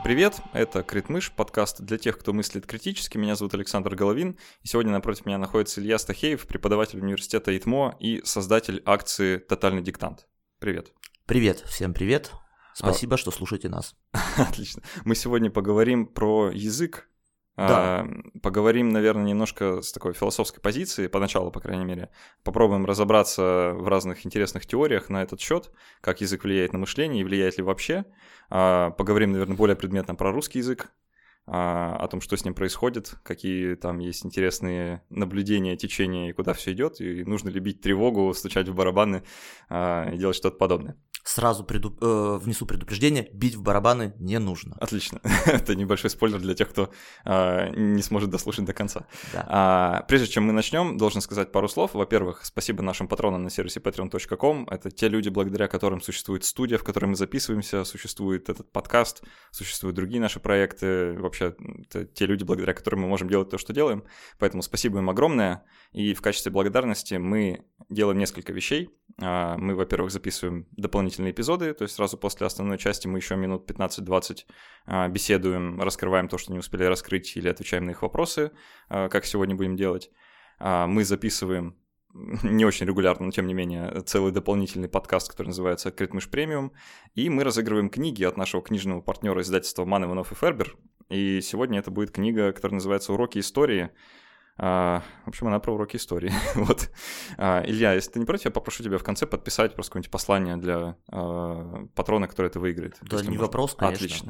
Привет, это Критмыш, подкаст для тех, кто мыслит критически. Меня зовут Александр Головин, и сегодня напротив меня находится Илья Стахеев, преподаватель университета ИТМО и создатель акции «Тотальный диктант». Привет. Привет, всем привет. Спасибо, что слушаете нас. Отлично. Мы сегодня поговорим про язык. Да. Поговорим, наверное, немножко с такой философской позиции, поначалу, по крайней мере. Попробуем разобраться в разных интересных теориях на этот счет, как язык влияет на мышление и влияет ли вообще. Поговорим, наверное, более предметно про русский язык, о том, что с ним происходит, какие там есть интересные наблюдения, течения и куда все идет, и нужно ли бить тревогу, стучать в барабаны и делать что-то подобное. Сразу внесу предупреждение, бить в барабаны не нужно. Отлично. Это небольшой спойлер для тех, кто не сможет дослушать до конца. Да. Прежде чем мы начнем, должен сказать пару слов. Во-первых, спасибо нашим патронам на сервисе patreon.com. Это те люди, благодаря которым существует студия, в которой мы записываемся, существует этот подкаст, существуют другие наши проекты. Вообще, это те люди, благодаря которым мы можем делать то, что делаем. Поэтому спасибо им огромное. И в качестве благодарности мы делаем несколько вещей. Мы, во-первых, записываем дополнительные эпизоды, то есть сразу после основной части мы еще минут 15-20 беседуем, раскрываем то, что не успели раскрыть, или отвечаем на их вопросы, как сегодня будем делать. Мы записываем не очень регулярно, но тем не менее целый дополнительный подкаст, который называется «Критмыш премиум», и мы разыгрываем книги от нашего книжного партнера издательства Ман, Иванов и Фербер, и сегодня это будет книга, которая называется «Уроки истории». В общем, она про уроки истории. Вот. Илья, если ты не против, я попрошу тебя в конце подписать просто какое-нибудь послание для патрона, который это выиграет. Да, не вопрос, конечно. Отлично.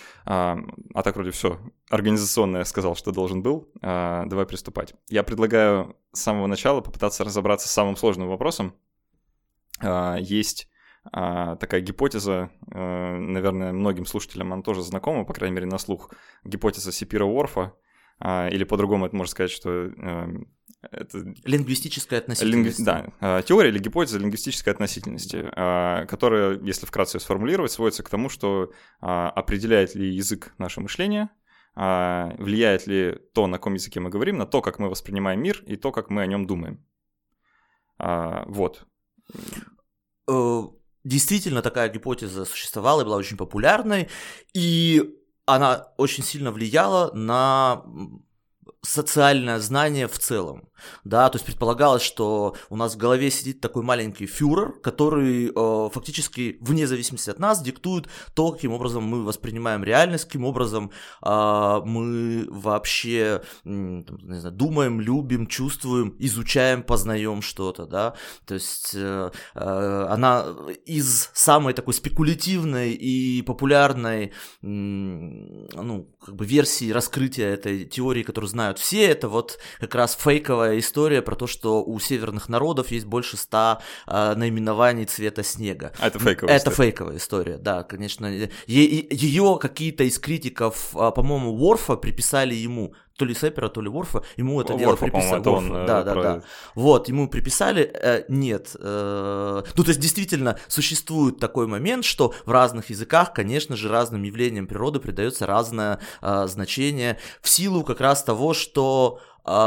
А так вроде все организационно я сказал, что должен был. Давай приступать. Я предлагаю с самого начала попытаться разобраться с самым сложным вопросом. Есть такая гипотеза, наверное, многим слушателям она тоже знакома, по крайней мере на слух, гипотеза Сапира-Уорфа. Или по-другому это можно сказать, что это... Лингвистическая относительность. Да, теория или гипотеза лингвистической относительности, которая, если вкратце ее сформулировать, сводится к тому, что определяет ли язык наше мышление, влияет ли то, на каком языке мы говорим, на то, как мы воспринимаем мир, и то, как мы о нем думаем. Вот. Действительно, такая гипотеза существовала и была очень популярной, и она очень сильно влияла на социальное знание в целом, да, то есть предполагалось, что у нас в голове сидит такой маленький фюрер, который фактически вне зависимости от нас диктует то, каким образом мы воспринимаем реальность, каким образом мы вообще, не знаю, думаем, любим, чувствуем, изучаем, познаем что-то, да, то есть она из самой такой спекулятивной и популярной, версии раскрытия этой теории, которую знают все, это вот как раз фейковая история про то, что у северных народов есть больше 100 наименований цвета снега. Это фейковая история. Это фейковая история, да, конечно. Ее какие-то из критиков, по-моему, Уорфа приписали ему, то ли Сапера, то ли Уорфа, ему это дело приписали. Да. Вот, ему приписали, нет. То есть, действительно, существует такой момент, что в разных языках, конечно же, разным явлениям природы придается разное значение в силу как раз того, что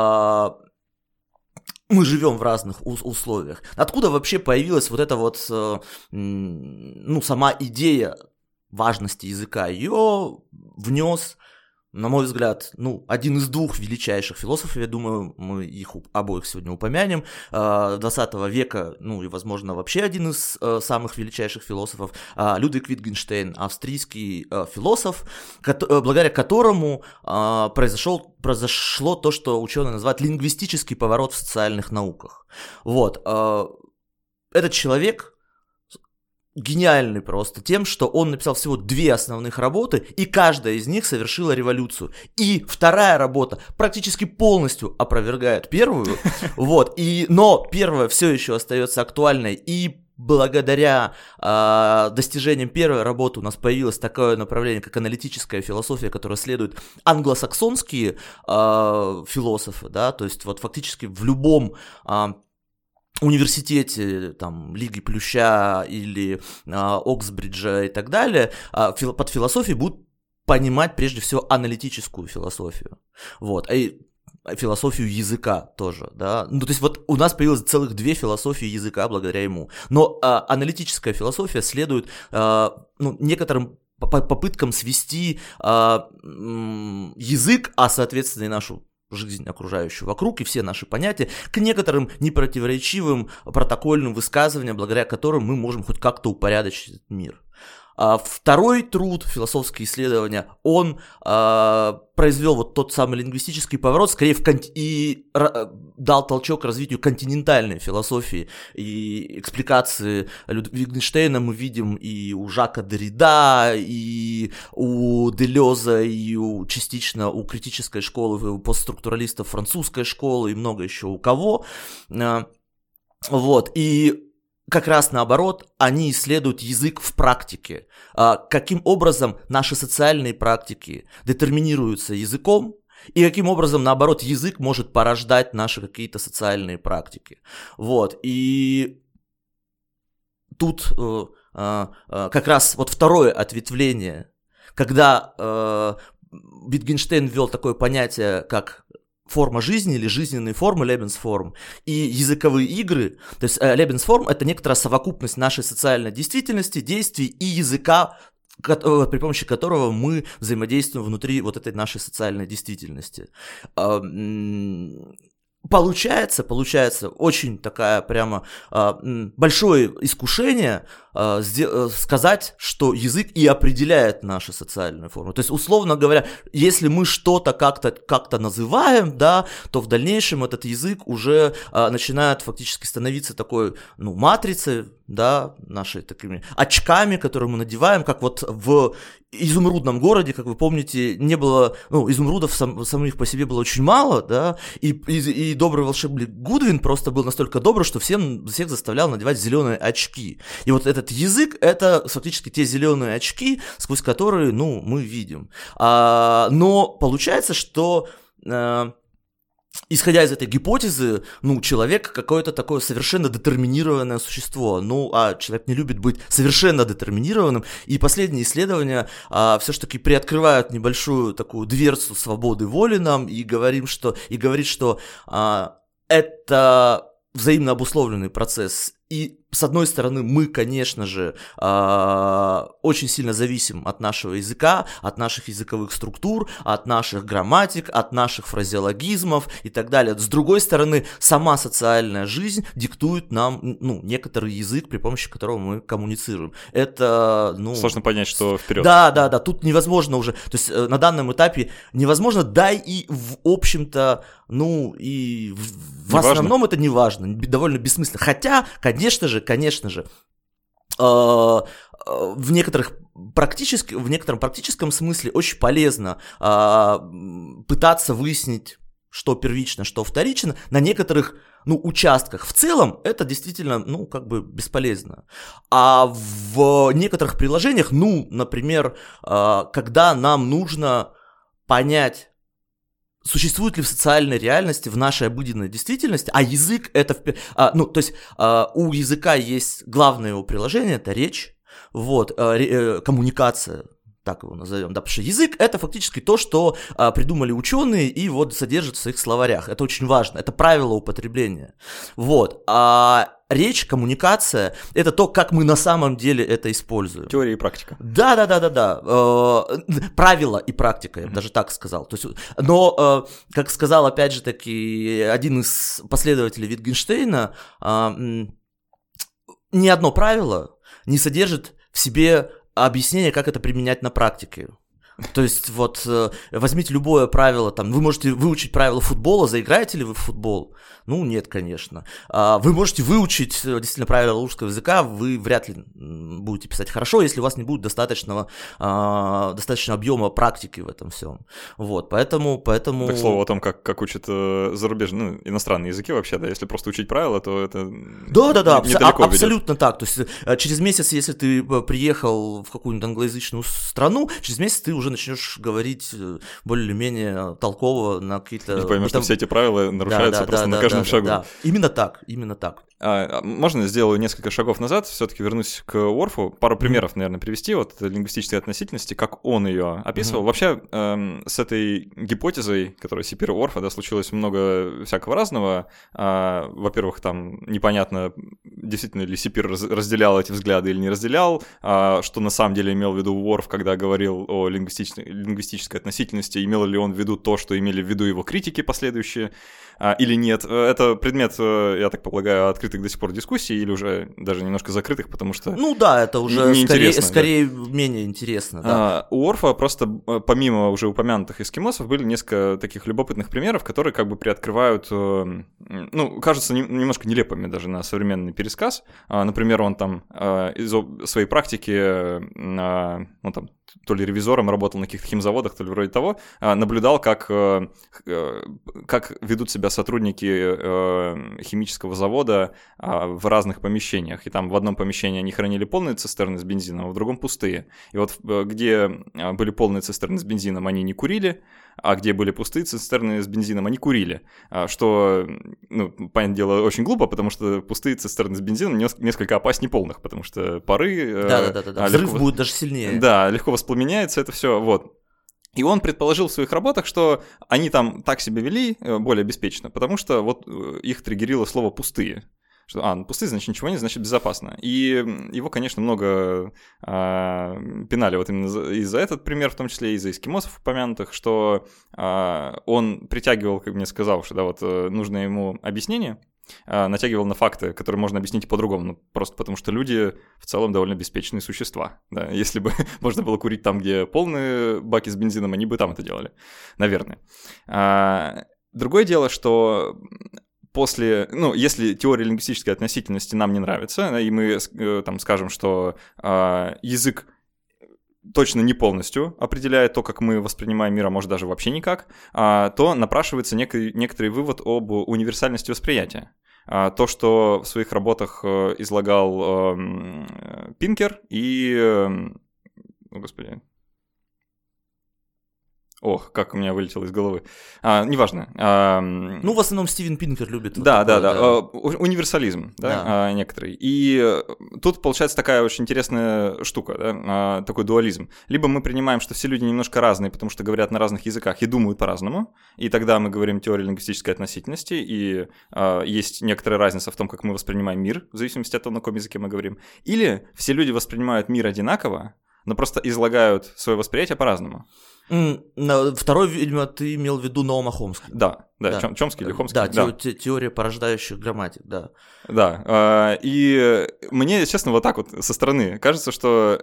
мы живем в разных условиях. Откуда вообще появилась вот эта вот, сама идея важности языка? Ее внес, на мой взгляд, один из двух величайших философов, я думаю, мы их обоих сегодня упомянем, 20 века, и, возможно, вообще один из самых величайших философов, Людвиг Витгенштейн, австрийский философ, благодаря которому произошло то, что ученые называют лингвистический поворот в социальных науках. Вот, этот человек гениальный просто тем, что он написал всего 2 основных работы, и каждая из них совершила революцию. И вторая работа практически полностью опровергает первую, вот, но первая все еще остается актуальной, и благодаря достижениям первой работы у нас появилось такое направление, как аналитическая философия, которая следует англосаксонские философы, да, то есть вот фактически в любом университете, там, Лиги Плюща или Оксбриджа и так далее, под философией будут понимать прежде всего аналитическую философию, вот, и философию языка тоже, да, то есть вот у нас появилось целых 2 философии языка благодаря ему, но аналитическая философия следует некоторым попыткам свести язык, а соответственно и нашу жизнь окружающую вокруг и все наши понятия к некоторым непротиворечивым протокольным высказываниям, благодаря которым мы можем хоть как-то упорядочить этот мир. Второй труд, философские исследования, он произвел вот тот самый лингвистический поворот, скорее и дал толчок развитию континентальной философии и экспликации Wittgensteina мы видим и у Жака Деррида, и у Делеза, и частично у критической школы, у постструктуралистов французской школы, и много еще у кого. Вот, и как раз наоборот, они исследуют язык в практике. Каким образом наши социальные практики детерминируются языком, и каким образом, наоборот, язык может порождать наши какие-то социальные практики. Вот, и тут как раз вот второе ответвление, когда Wittgenstein ввел такое понятие, как форма жизни или жизненные формы, Lebensform, и языковые игры, то есть Lebensform — это некоторая совокупность нашей социальной действительности, действий и языка, при помощи которого мы взаимодействуем внутри вот этой нашей социальной действительности. Получается очень такая прямо большое искушение сказать, что язык и определяет нашу социальную форму. То есть, условно говоря, если мы что-то как-то называем, да, то в дальнейшем этот язык уже начинает фактически становиться такой, матрицей, да, нашей такими очками, которые мы надеваем, как вот в изумрудном городе, как вы помните, не было, изумрудов самих по себе было очень мало, да, и добрый волшебник Гудвин просто был настолько добрый, что всех заставлял надевать зеленые очки. И вот этот язык — это фактически те зеленые очки, сквозь которые, мы видим. Но получается, что исходя из этой гипотезы, человек какое-то такое совершенно детерминированное существо, а человек не любит быть совершенно детерминированным, и последние исследования все-таки приоткрывают небольшую такую дверцу свободы воли нам и говорит, что это взаимно обусловленный процесс. И, с одной стороны, мы, конечно же, очень сильно зависим от нашего языка, от наших языковых структур, от наших грамматик, от наших фразеологизмов и так далее. С другой стороны, сама социальная жизнь диктует нам, некоторый язык, при помощи которого мы коммуницируем. Это, Сложно понять, что вперед. Да, тут невозможно уже, то есть на данном этапе невозможно, да и в общем-то, и в основном это не важно, довольно бессмысленно. Хотя, конечно же, в некотором практическом смысле очень полезно пытаться выяснить, что первично, что вторично, на некоторых участках. В целом это действительно, бесполезно. А в некоторых приложениях, например, когда нам нужно понять, существует ли в социальной реальности, в нашей обыденной действительности, а язык это... у языка есть главное его приложение, это речь, коммуникация, так его назовем, да, потому что язык — это фактически то, что придумали ученые и содержат в своих словарях. Это очень важно, это правило употребления. А речь, коммуникация — это то, как мы на самом деле это используем. Теория и практика. Да. Правила и практика, я бы даже так сказал. То есть, но, как сказал опять же таки один из последователей Wittgensteina, ни одно правило не содержит в себе объяснение, как это применять на практике. То есть возьмите любое правило, вы можете выучить правила футбола, заиграете ли вы в футбол? Нет, конечно. Вы можете выучить действительно правила русского языка, вы вряд ли будете писать хорошо, если у вас не будет достаточного объема практики в этом всем. Поэтому... Так, слово о том, как учат зарубежные, иностранные языки вообще, да, если просто учить правила, то это недалеко абсолютно так. То есть через месяц, если ты приехал в какую-нибудь англоязычную страну, через месяц ты уже начнешь говорить более-менее толково на какие-то... И поймешь, что все эти правила нарушаются просто на каждом шагу. Да, именно так. можно сделаю несколько шагов назад, все-таки вернусь к Уорфу, пару примеров, наверное, привести вот лингвистической относительности, как он ее описывал. Вообще, с этой гипотезой, которая Сипира Уорфа, да, случилось много всякого разного. Во-первых, там непонятно, действительно ли Сипир разделял эти взгляды или не разделял, что на самом деле имел в виду Уорф, когда говорил о лингвистической относительности, имел ли он в виду то, что имели в виду его критики последующие, или нет. Это предмет, я так полагаю, открытых до сих пор дискуссий или уже даже немножко закрытых, потому что... Ну да, это уже скорее менее интересно. Да. У Уорфа просто, помимо уже упомянутых эскимосов, были несколько таких любопытных примеров, которые как бы приоткрывают, кажутся немножко нелепыми даже на современный пересказ. Например, он там из своей практики, он там то ли ревизором работал на каких-то химзаводах, то ли вроде того, наблюдал, как ведут себя сотрудники химического завода в разных помещениях. И там в одном помещении они хранили полные цистерны с бензином, а в другом пустые. И вот где были полные цистерны с бензином, они не курили, а где были пустые цистерны с бензином, они курили. Что, понятное дело, очень глупо, потому что пустые цистерны с бензином несколько опаснее полных, потому что пары... Да. Взрыв будет даже сильнее. Да, легко воспламеняется это все, вот. И он предположил в своих работах, что они там так себя вели более беспечно, потому что вот их триггерило слово «пустые». Что, пустые, значит, ничего нет, значит, безопасно. И его, конечно, много пинали вот именно и за этот пример, в том числе и за эскимосов упомянутых, что он притягивал, как мне сказал, что да, вот нужное ему объяснение, натягивал на факты, которые можно объяснить по-другому, просто потому что люди в целом довольно беспечные существа. Да? Если бы можно было курить там, где полные баки с бензином, они бы там это делали, наверное. Другое дело, что если теория лингвистической относительности нам не нравится, и мы там скажем, что язык точно не полностью определяет то, как мы воспринимаем мир, а может даже вообще никак, то напрашивается некоторый вывод об универсальности восприятия. То, что в своих работах излагал Пинкер и... Ох, как у меня вылетело из головы. Неважно. В основном Стивен Пинкер любит. Да. Универсализм, да, некоторый. И тут получается такая очень интересная штука, да, такой дуализм. Либо мы принимаем, что все люди немножко разные, потому что говорят на разных языках и думают по-разному, и тогда мы говорим теория лингвистической относительности, и есть некоторая разница в том, как мы воспринимаем мир, в зависимости от того, на каком языке мы говорим. Или все люди воспринимают мир одинаково, но просто излагают свое восприятие по-разному. Второй, видимо, ты имел в виду Ноама Хомски. Да. Чомски или Хомски. Да, теория порождающих грамматик, да. Да, и мне, честно, вот так вот со стороны кажется, что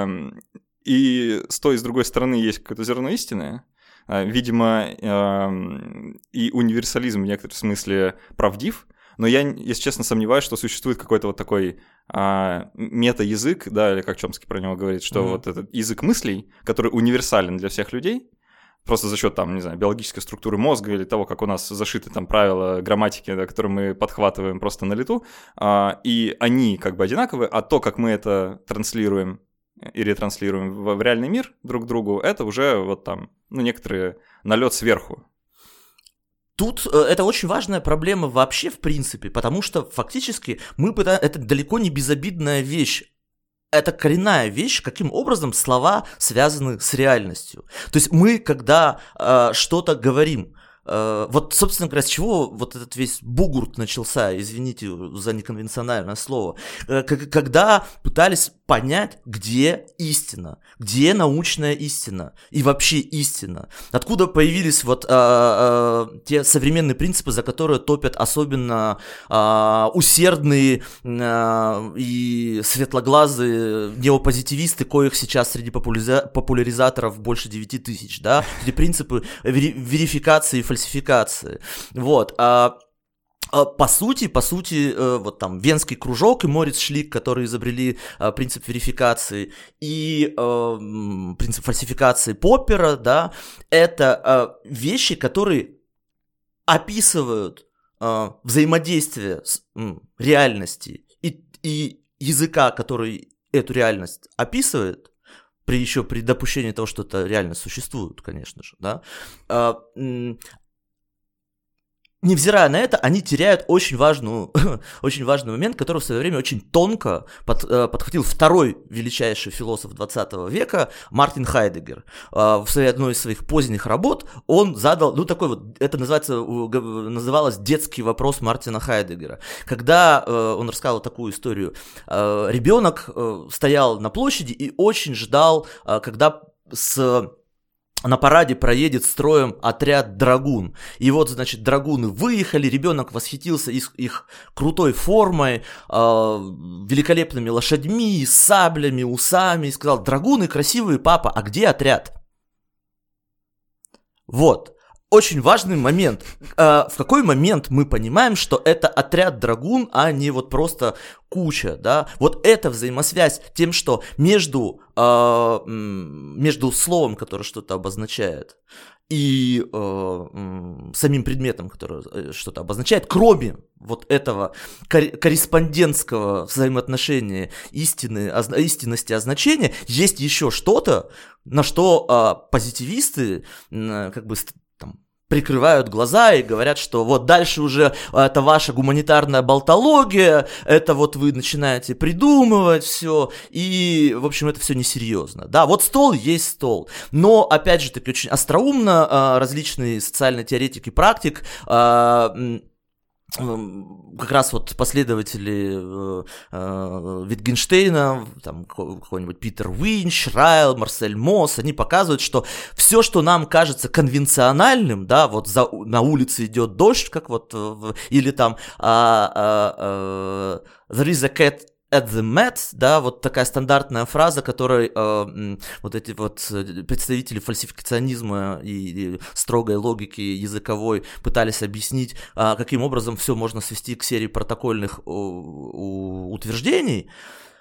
и с той, и с другой стороны есть какое-то зерно истины. Видимо, и универсализм в некотором смысле правдив, но я, если честно, сомневаюсь, что существует какой-то вот такой мета-язык, да, или как Чомски про него говорит, что вот этот язык мыслей, который универсален для всех людей, просто за счет, там, не знаю, биологической структуры мозга или того, как у нас зашиты там правила грамматики, да, которые мы подхватываем просто на лету, и они как бы одинаковые, а то, как мы это транслируем и ретранслируем в реальный мир друг к другу, это уже вот там, некоторый налет сверху. Тут это очень важная проблема вообще в принципе, потому что фактически это далеко не безобидная вещь. Это коренная вещь, каким образом слова связаны с реальностью. То есть мы, когда что-то говорим, вот, собственно говоря, с чего вот этот весь бугурт начался, извините за неконвенциональное слово, когда пытались понять, где истина, где научная истина и вообще истина. Откуда появились вот те современные принципы, за которые топят особенно усердные и светлоглазые неопозитивисты, коих сейчас среди популяризаторов больше 9000, да, эти принципы верификации и фальсификации. Вот. По сути, вот там Венский кружок и Морис Шлик, которые изобрели принцип верификации и принцип фальсификации Поппера, да, это вещи, которые описывают взаимодействие реальности и языка, который эту реальность описывает, при допущении того, что эта реальность существует, конечно же, да, невзирая на это, они теряют очень важный момент, который в свое время очень тонко подхватил второй величайший философ 20 века Мартин Хайдеггер. В своей одной из своих поздних работ он задал, такой вот, это называлось «Детский вопрос Мартина Хайдеггера». Когда он рассказал такую историю, ребенок стоял на площади и очень ждал, когда на параде проедет строем отряд драгун. И вот, значит, драгуны выехали, ребенок восхитился их крутой формой, великолепными лошадьми, саблями, усами, и сказал: драгуны красивые, папа, а где отряд? Вот. Очень важный момент. В какой момент мы понимаем, что это отряд драгун, а не вот просто куча, да? Вот эта взаимосвязь тем, что между словом, которое что-то обозначает, и самим предметом, который что-то обозначает, кроме вот этого корреспондентского взаимоотношения истинности означения, есть еще что-то, на что позитивисты как бы прикрывают глаза и говорят, что вот дальше уже это ваша гуманитарная болтология, это вот вы начинаете придумывать все, и, в общем, это все несерьезно. Да, вот стол есть стол, но, опять же таки, очень остроумно различные социальные теоретики практик, как раз вот последователи Витгенштейна, там какой-нибудь Питер Уинч, Райл, Марсель Мосс, они показывают, что все, что нам кажется конвенциональным, да, вот на улице идет дождь, как вот, или там There is a cat at the Met, да, вот такая стандартная фраза, которой вот эти вот представители фальсификационизма и строгой логики языковой пытались объяснить, каким образом все можно свести к серии протокольных утверждений.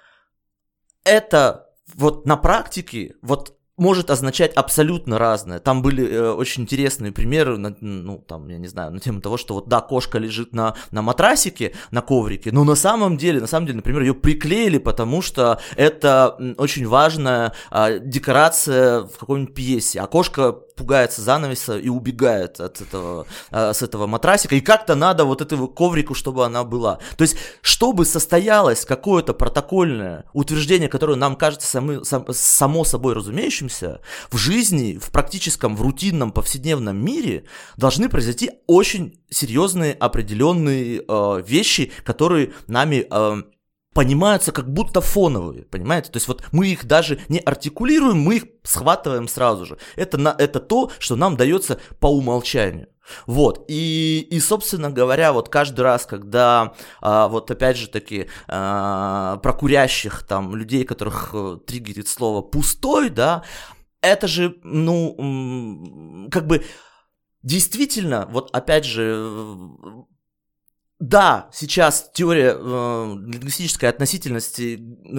Это вот на практике вот может означать абсолютно разное. Там были очень интересные примеры, там, я не знаю, на тему того, что вот, да, кошка лежит на матрасике, на коврике, но на самом деле, например, ее приклеили, потому что это очень важная декорация в какой-нибудь пьесе, а кошка пугается занавеса и убегает с этого матрасика, и как-то надо вот этому коврику, чтобы она была. То есть, чтобы состоялось какое-то протокольное утверждение, которое нам кажется само собой разумеющимся, в жизни, в практическом, в рутинном, повседневном мире должны произойти очень серьезные определенные вещи, которые нами понимаются как будто фоновые, понимаете? То есть вот мы их даже не артикулируем, мы их схватываем сразу же. Это то, что нам дается по умолчанию. Вот, и собственно говоря, вот каждый раз, когда вот опять же таки про курящих там людей, которых триггерит слово «пустой», да, это же, как бы действительно, вот опять же, да, сейчас теория лингвистической относительности,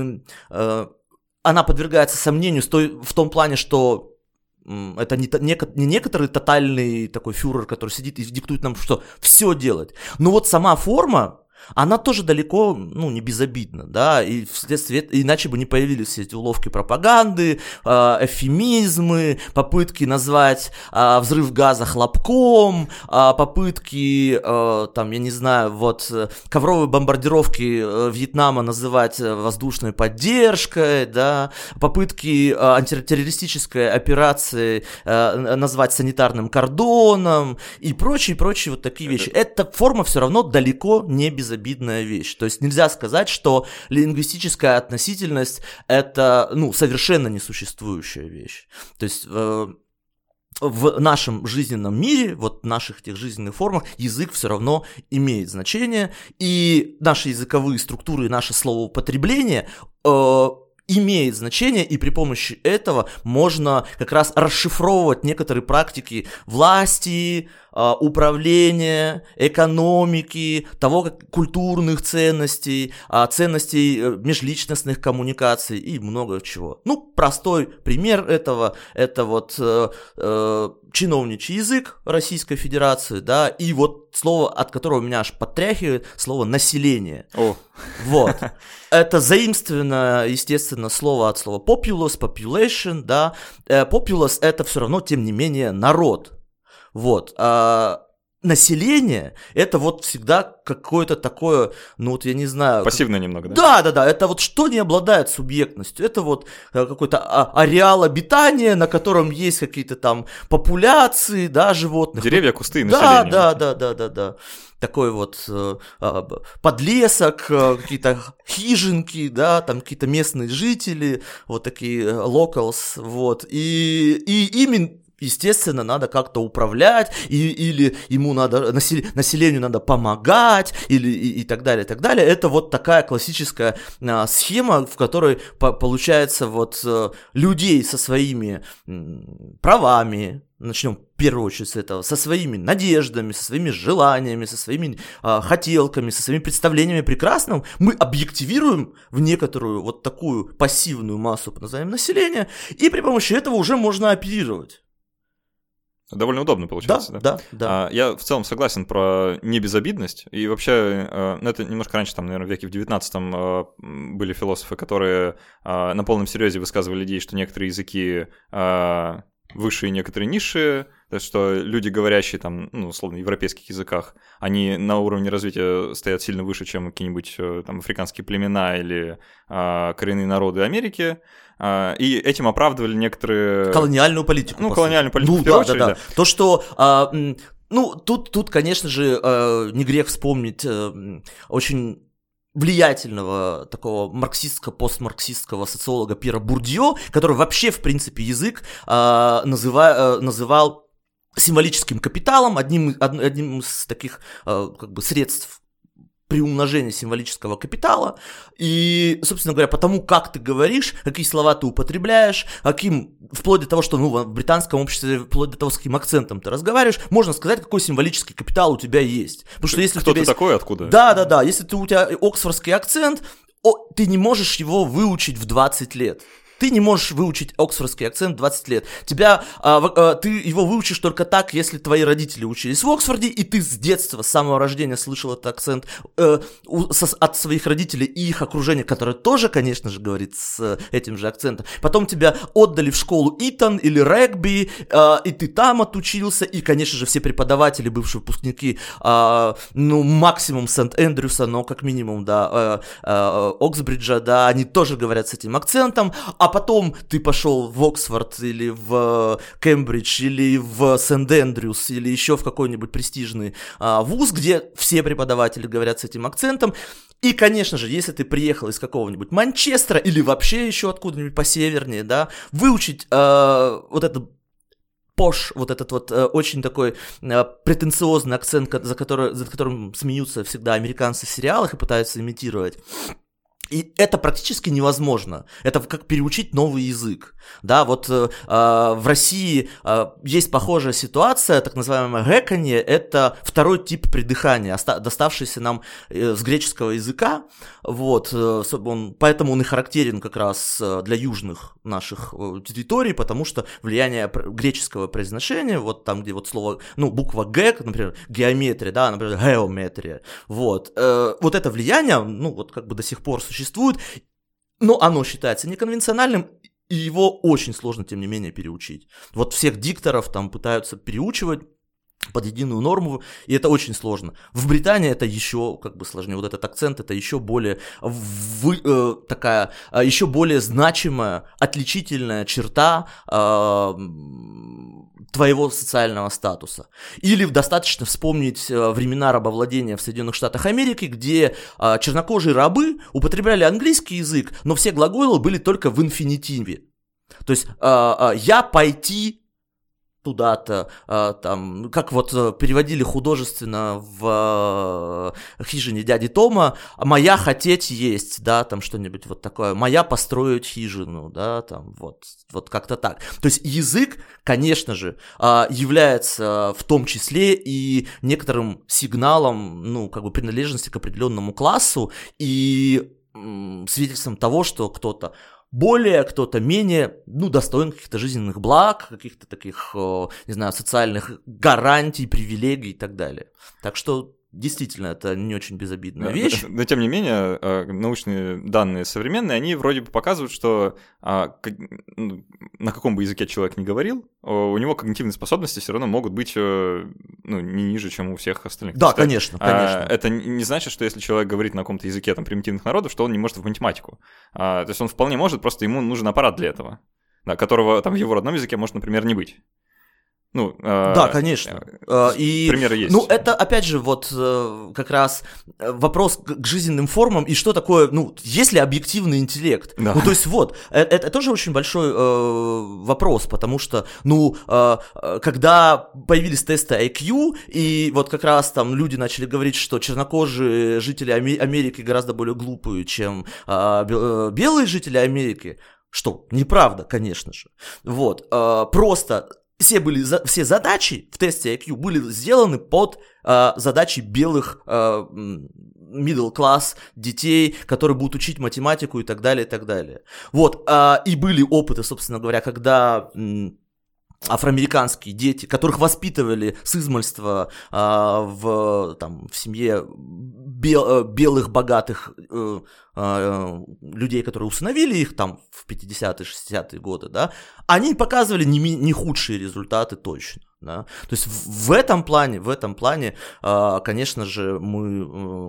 она подвергается сомнению в том плане, что это не некоторый тотальный такой фюрер, который сидит и диктует нам, что все делать. Но вот сама форма, она тоже далеко, не безобидна, да, и вследствие, иначе бы не появились все эти уловки пропаганды, эвфемизмы, попытки назвать взрыв газа хлопком, попытки, там, я не знаю, вот, ковровые бомбардировки Вьетнама называть воздушной поддержкой, да, попытки антитеррористической операции назвать санитарным кордоном и прочие вот такие вещи. Эта форма все равно далеко не безобидна. Безобидная вещь. То есть нельзя сказать, что лингвистическая относительность это, совершенно несуществующая вещь. То есть в нашем жизненном мире, вот в наших этих жизненных формах, язык все равно имеет значение, и наши языковые структуры, наше словоупотребление имеет значение, и при помощи этого можно как раз расшифровывать некоторые практики власти, управления, экономики, культурных ценностей, ценностей межличностных коммуникаций и много чего. Простой пример этого – это вот чиновничий язык Российской Федерации, да, и вот слово, от которого меня аж подтряхивает, слово «население». Вот. Это заимствованное, естественно, слово от слова populous, population, да. Populous – это все равно, тем не менее, народ. Вот. население — это вот всегда какое-то такое, ну вот я не знаю... Пассивное немного, да? Да, это вот что не обладает субъектностью, это вот какой-то ареал обитания, на котором есть какие-то там популяции, да, животных. Деревья, кусты и население. Да. Такой вот подлесок, какие-то хижинки, да, там какие-то местные жители, вот такие locals, вот, и ими, естественно, надо как-то управлять, или ему надо, населению надо помогать, и так далее, и так далее. Это вот такая классическая схема, в которой получается вот людей со своими правами, начнем в первую очередь с этого, со своими надеждами, со своими желаниями, со своими хотелками, со своими представлениями прекрасным, мы объективируем в некоторую вот такую пассивную массу, под названием населения, и при помощи этого уже можно оперировать. Довольно удобно получается, да. Я в целом согласен про небезобидность, и вообще, ну это немножко раньше, там, наверное, в веке в 19-м были философы, которые на полном серьезе высказывали идеи, что некоторые языки высшие, некоторые низшие, то есть что люди, говорящие там, ну, условно, европейских языках, они на уровне развития стоят сильно выше, чем какие-нибудь там африканские племена или коренные народы Америки, и этим оправдывали некоторые... Колониальную политику. Ну, колониальную политику, в первую очередь, да. То, что... Ну, тут, конечно же, не грех вспомнить очень влиятельного такого марксистско-постмарксистского социолога Пьера Бурдье, который вообще, в принципе, язык называл символическим капиталом, одним из таких как бы средств приумножения символического капитала, и, собственно говоря, потому как ты говоришь, какие слова ты употребляешь, вплоть до того, что, ну, в британском обществе, вплоть до того, с каким акцентом ты разговариваешь, можно сказать, какой символический капитал у тебя есть. Потому что если кто ты такой, откуда? Да, если у тебя оксфордский акцент, ты не можешь его выучить в 20 лет. Ты не можешь выучить оксфордский акцент 20 лет. Ты его выучишь только так, если твои родители учились в Оксфорде, и ты с детства, с самого рождения слышал этот акцент от своих родителей и их окружения, которое тоже, конечно же, говорит с этим же акцентом. Потом тебя отдали в школу Итон или Регби, и ты там отучился, и, конечно же, все преподаватели, бывшие выпускники, максимум Сент-Эндрюса, но как минимум, да, Оксбриджа, да, они тоже говорят с этим акцентом, а потом ты пошел в Оксфорд или в Кембридж или в Сент-Эндрюс или еще в какой-нибудь престижный вуз, где все преподаватели говорят с этим акцентом. И, конечно же, если ты приехал из какого-нибудь Манчестера или вообще еще откуда-нибудь посевернее, да, выучить вот это пош, вот этот вот очень такой претенциозный акцент, за которым смеются всегда американцы в сериалах и пытаются имитировать. И это практически невозможно. Это как переучить новый язык. Да, вот в России есть похожая ситуация, так называемое гэканье, это второй тип придыхания, доставшийся нам с греческого языка, вот, поэтому он и характерен как раз для южных наших территорий, потому что влияние греческого произношения, вот там, где вот слово, ну, буква Г, например, геометрия, да, например, геометрия, вот это влияние, ну, вот как бы до сих пор существует, но оно считается неконвенциональным, и его очень сложно, тем не менее, переучить. Вот всех дикторов там пытаются переучивать под единую норму, и это очень сложно. В Британии это еще как бы сложнее. Вот этот акцент, это еще более еще более значимая, отличительная черта твоего социального статуса. Или достаточно вспомнить времена рабовладения в Соединенных Штатах Америки, где чернокожие рабы употребляли английский язык, но все глаголы были только в инфинитиве. То есть «я пойти туда-то», там, как вот переводили художественно в «Хижине дяди Тома», «моя хотеть есть», да, там что-нибудь вот такое, «моя построить хижину», да, там вот как-то так. То есть язык, конечно же, является в том числе и некоторым сигналом, ну, как бы принадлежности к определенному классу и свидетельством того, что кто-то более, кто-то менее, ну, достоин каких-то жизненных благ, каких-то таких, не знаю, социальных гарантий, привилегий и так далее. Так что, действительно, это не очень безобидная вещь. Но, тем не менее, научные данные современные, они вроде бы показывают, что на каком бы языке человек ни говорил, у него когнитивные способности все равно могут быть не ниже, чем у всех остальных. Да, конечно. Это не значит, что если человек говорит на каком-то языке там, примитивных народов, что он не может в математику. То есть он вполне может, просто ему нужен аппарат для этого, да, которого там в его родном языке может, например, не быть. Да, конечно. Примеры есть. Это, опять же, вот как раз вопрос к жизненным формам, и что такое, есть ли объективный интеллект? Да. То есть вот, это тоже очень большой вопрос, потому что, когда появились тесты IQ, и вот как раз там люди начали говорить, что чернокожие жители Америки гораздо более глупые, чем белые жители Америки, что неправда, конечно же. Вот, просто... Все задачи в тесте IQ были сделаны под задачи белых middle class детей, которые будут учить математику и так далее, и так далее. Вот, и были опыты, собственно говоря, когда афроамериканские дети, которых воспитывали с измальства в семье белых, богатых людей, которые усыновили их там в 50-е, 60-е годы, да, они показывали не худшие результаты точно. Да? То есть в этом плане, конечно же, мы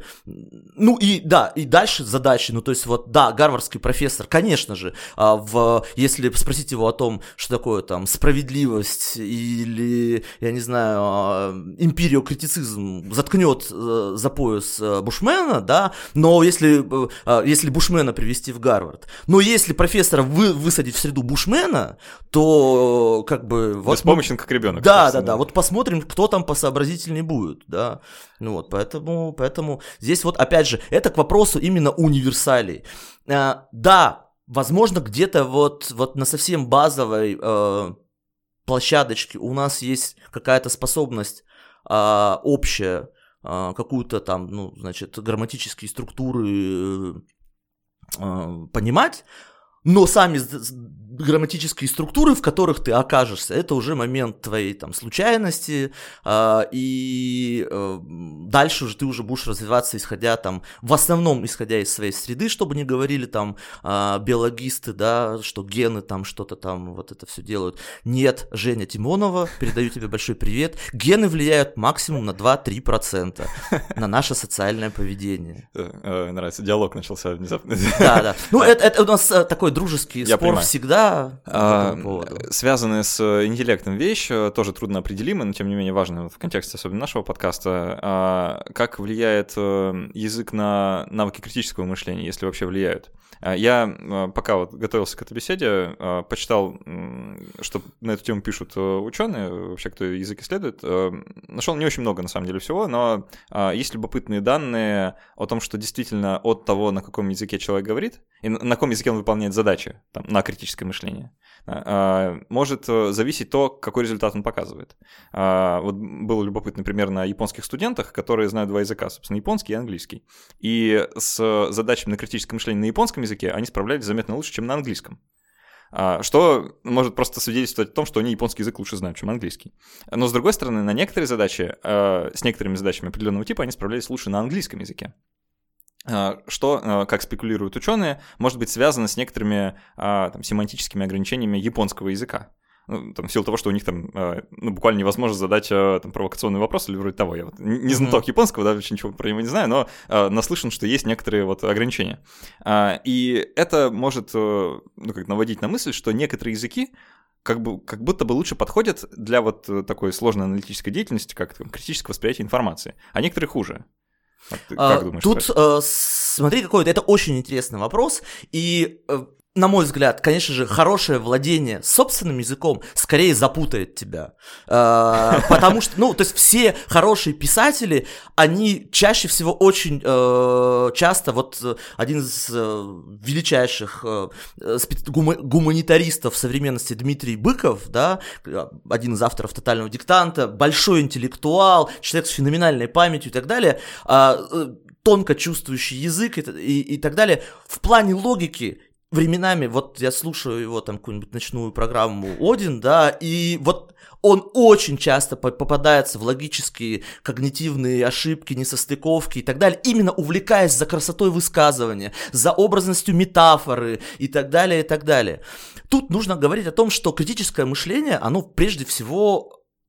и дальше задачи, то есть вот, да, гарвардский профессор, конечно же, если спросить его о том, что такое там справедливость или, я не знаю, империокритицизм, заткнет за пояс Бушмена, да, но если Бушмена привести в Гарвард, но если профессора высадить в среду Бушмена, то как бы... Беспомощен как ребенок. Да, вот посмотрим, кто там посообразительнее будет, да. Поэтому здесь вот опять же, это к вопросу именно универсалей. Да, возможно, где-то вот на совсем базовой площадочке у нас есть какая-то способность общая, какую-то там, грамматические структуры понимать, но сами грамматические структуры, в которых ты окажешься, это уже момент твоей там случайности, и дальше уже ты уже будешь развиваться, в основном исходя из своей среды, чтобы не говорили там биологисты, да, что гены там что-то там вот это все делают. Нет, Женя Тимонова, передаю тебе большой привет. Гены влияют максимум на 2-3% на наше социальное поведение. Нравится, диалог начался внезапно. Да. Это у нас такой дружеский спор всегда. Связанная с интеллектом вещь, тоже трудно определимая, но тем не менее важная в контексте особенно нашего подкаста. Как влияет язык на навыки критического мышления, если вообще влияют? Я пока вот готовился к этой беседе, почитал, что на эту тему пишут ученые, вообще кто язык исследует. Нашел не очень много на самом деле всего, но есть любопытные данные о том, что действительно от того, на каком языке человек говорит, и на каком языке он выполняет задачи там, на критическое мышление, может зависеть то, какой результат он показывает. Вот был любопытный пример на японских студентах, которые знают два языка, собственно, японский и английский. И с задачами на критическое мышление на японском языке они справлялись заметно лучше, чем на английском. Что может просто свидетельствовать о том, что они японский язык лучше знают, чем английский. Но, с другой стороны, на некоторые задачи, с некоторыми задачами определенного типа они справлялись лучше на английском языке. Что, как спекулируют ученые, может быть связано с некоторыми семантическими ограничениями японского языка. В силу того, что у них там буквально невозможно задать провокационный вопрос или вроде того. Я вот не знаток японского, да, вообще ничего про него не знаю, но наслышан, что есть некоторые вот ограничения. И это может наводить на мысль, что некоторые языки как будто бы лучше подходят для вот такой сложной аналитической деятельности, как критическое восприятие информации, а некоторые хуже. Как думаешь? Тут смотри, это очень интересный вопрос, и на мой взгляд, конечно же, хорошее владение собственным языком скорее запутает тебя, потому что, то есть все хорошие писатели, они чаще всего очень часто, вот один из величайших гуманитаристов современности Дмитрий Быков, да, один из авторов «Тотального диктанта», большой интеллектуал, человек с феноменальной памятью и так далее, тонко чувствующий язык и так далее, в плане логики. Временами, вот я слушаю его там какую-нибудь ночную программу «Один», да, и вот он очень часто попадается в логические когнитивные ошибки, несостыковки и так далее, именно увлекаясь за красотой высказывания, за образностью метафоры и так далее, и так далее. Тут нужно говорить о том, что критическое мышление, оно прежде всего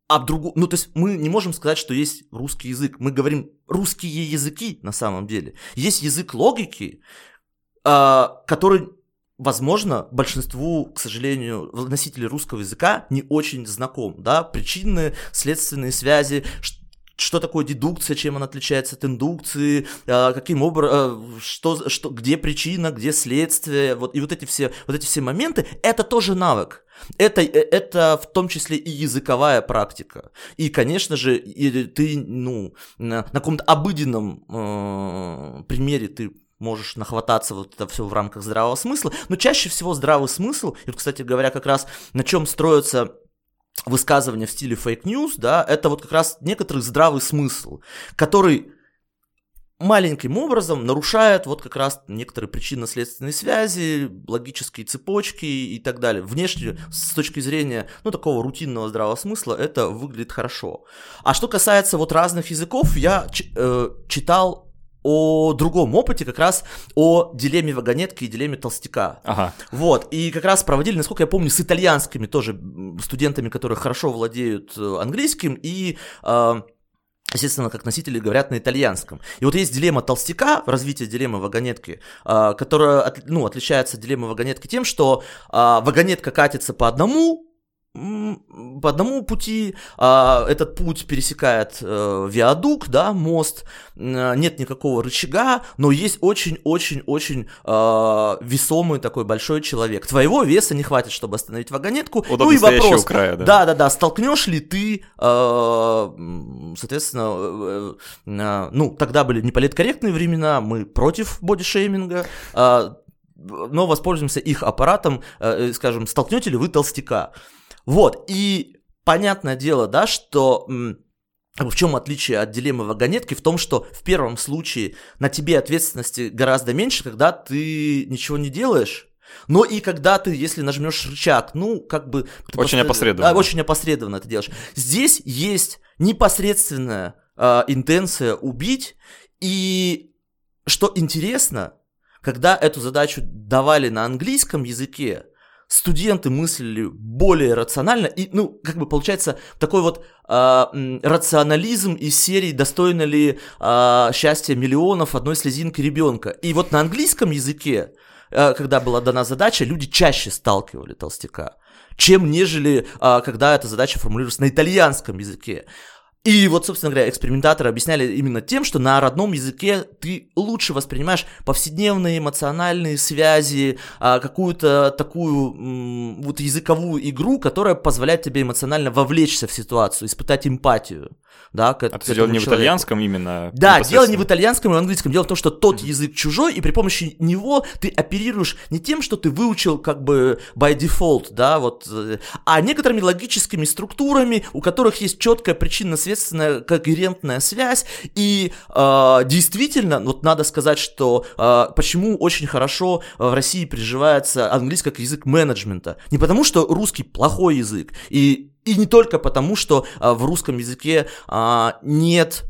Ну, то есть мы не можем сказать, что есть русский язык. Мы говорим русские языки на самом деле. Есть язык логики, который, возможно, большинству, к сожалению, носителей русского языка не очень знаком. Да? Причинные, следственные связи, что такое дедукция, чем она отличается от индукции, каким образом, где причина, где следствие, вот, и вот эти все моменты, это тоже навык. Это в том числе и языковая практика. И, конечно же, ты, на каком-то обыденном примере ты можешь нахвататься вот это все в рамках здравого смысла, но чаще всего здравый смысл, и вот, кстати говоря, как раз на чем строится высказывания в стиле фейк-ньюс, да, это вот как раз некоторый здравый смысл, который маленьким образом нарушает вот как раз некоторые причинно-следственные связи, логические цепочки и так далее. Внешне, с точки зрения, такого рутинного здравого смысла, это выглядит хорошо. А что касается вот разных языков, я читал о другом опыте, как раз о дилемме вагонетки и дилемме толстяка. Ага. Вот, и как раз проводили, насколько я помню, с итальянскими тоже студентами, которые хорошо владеют английским и... естественно, как носители говорят на итальянском. И вот есть дилемма толстяка, развитие дилеммы вагонетки, которая отличается от дилеммы вагонетки тем, что вагонетка катится по одному пути, этот путь пересекает виадук, да, мост, нет никакого рычага, но есть очень-очень-очень весомый такой большой человек. Твоего веса не хватит, чтобы остановить вагонетку. Удобно, и вопрос, края, да. Да, столкнешь ли ты, соответственно, тогда были неполиткорректные времена, мы против бодишейминга, но воспользуемся их аппаратом, скажем, столкнете ли вы толстяка. Вот, и понятное дело, да, что в чем отличие от дилеммы вагонетки? В том, что в первом случае на тебе ответственности гораздо меньше, когда ты ничего не делаешь, но и когда ты, если нажмешь рычаг, очень опосредованно. Очень опосредованно это делаешь. Здесь есть непосредственная интенция убить, и что интересно, когда эту задачу давали на английском языке, студенты мыслили более рационально, и, получается, такой вот рационализм из серии «Достойно ли счастья миллионов одной слезинки ребенка?». И вот на английском языке, когда была дана задача, люди чаще сталкивали толстяка, чем нежели когда эта задача формулировалась на итальянском языке. И вот, собственно говоря, экспериментаторы объясняли именно тем, что на родном языке ты лучше воспринимаешь повседневные эмоциональные связи, какую-то такую вот языковую игру, которая позволяет тебе эмоционально вовлечься в ситуацию, испытать эмпатию. Да, ты дело не в итальянском именно? Да, дело не в итальянском и в английском. Дело в том, что тот язык чужой, и при помощи него ты оперируешь не тем, что ты выучил как бы by default, да, вот, а некоторыми логическими структурами, у которых есть четкая причинно-следственная когерентная связь. И действительно, вот надо сказать, что почему очень хорошо в России приживается английский как язык менеджмента. Не потому, что русский плохой язык, и не только потому, что в русском языке нет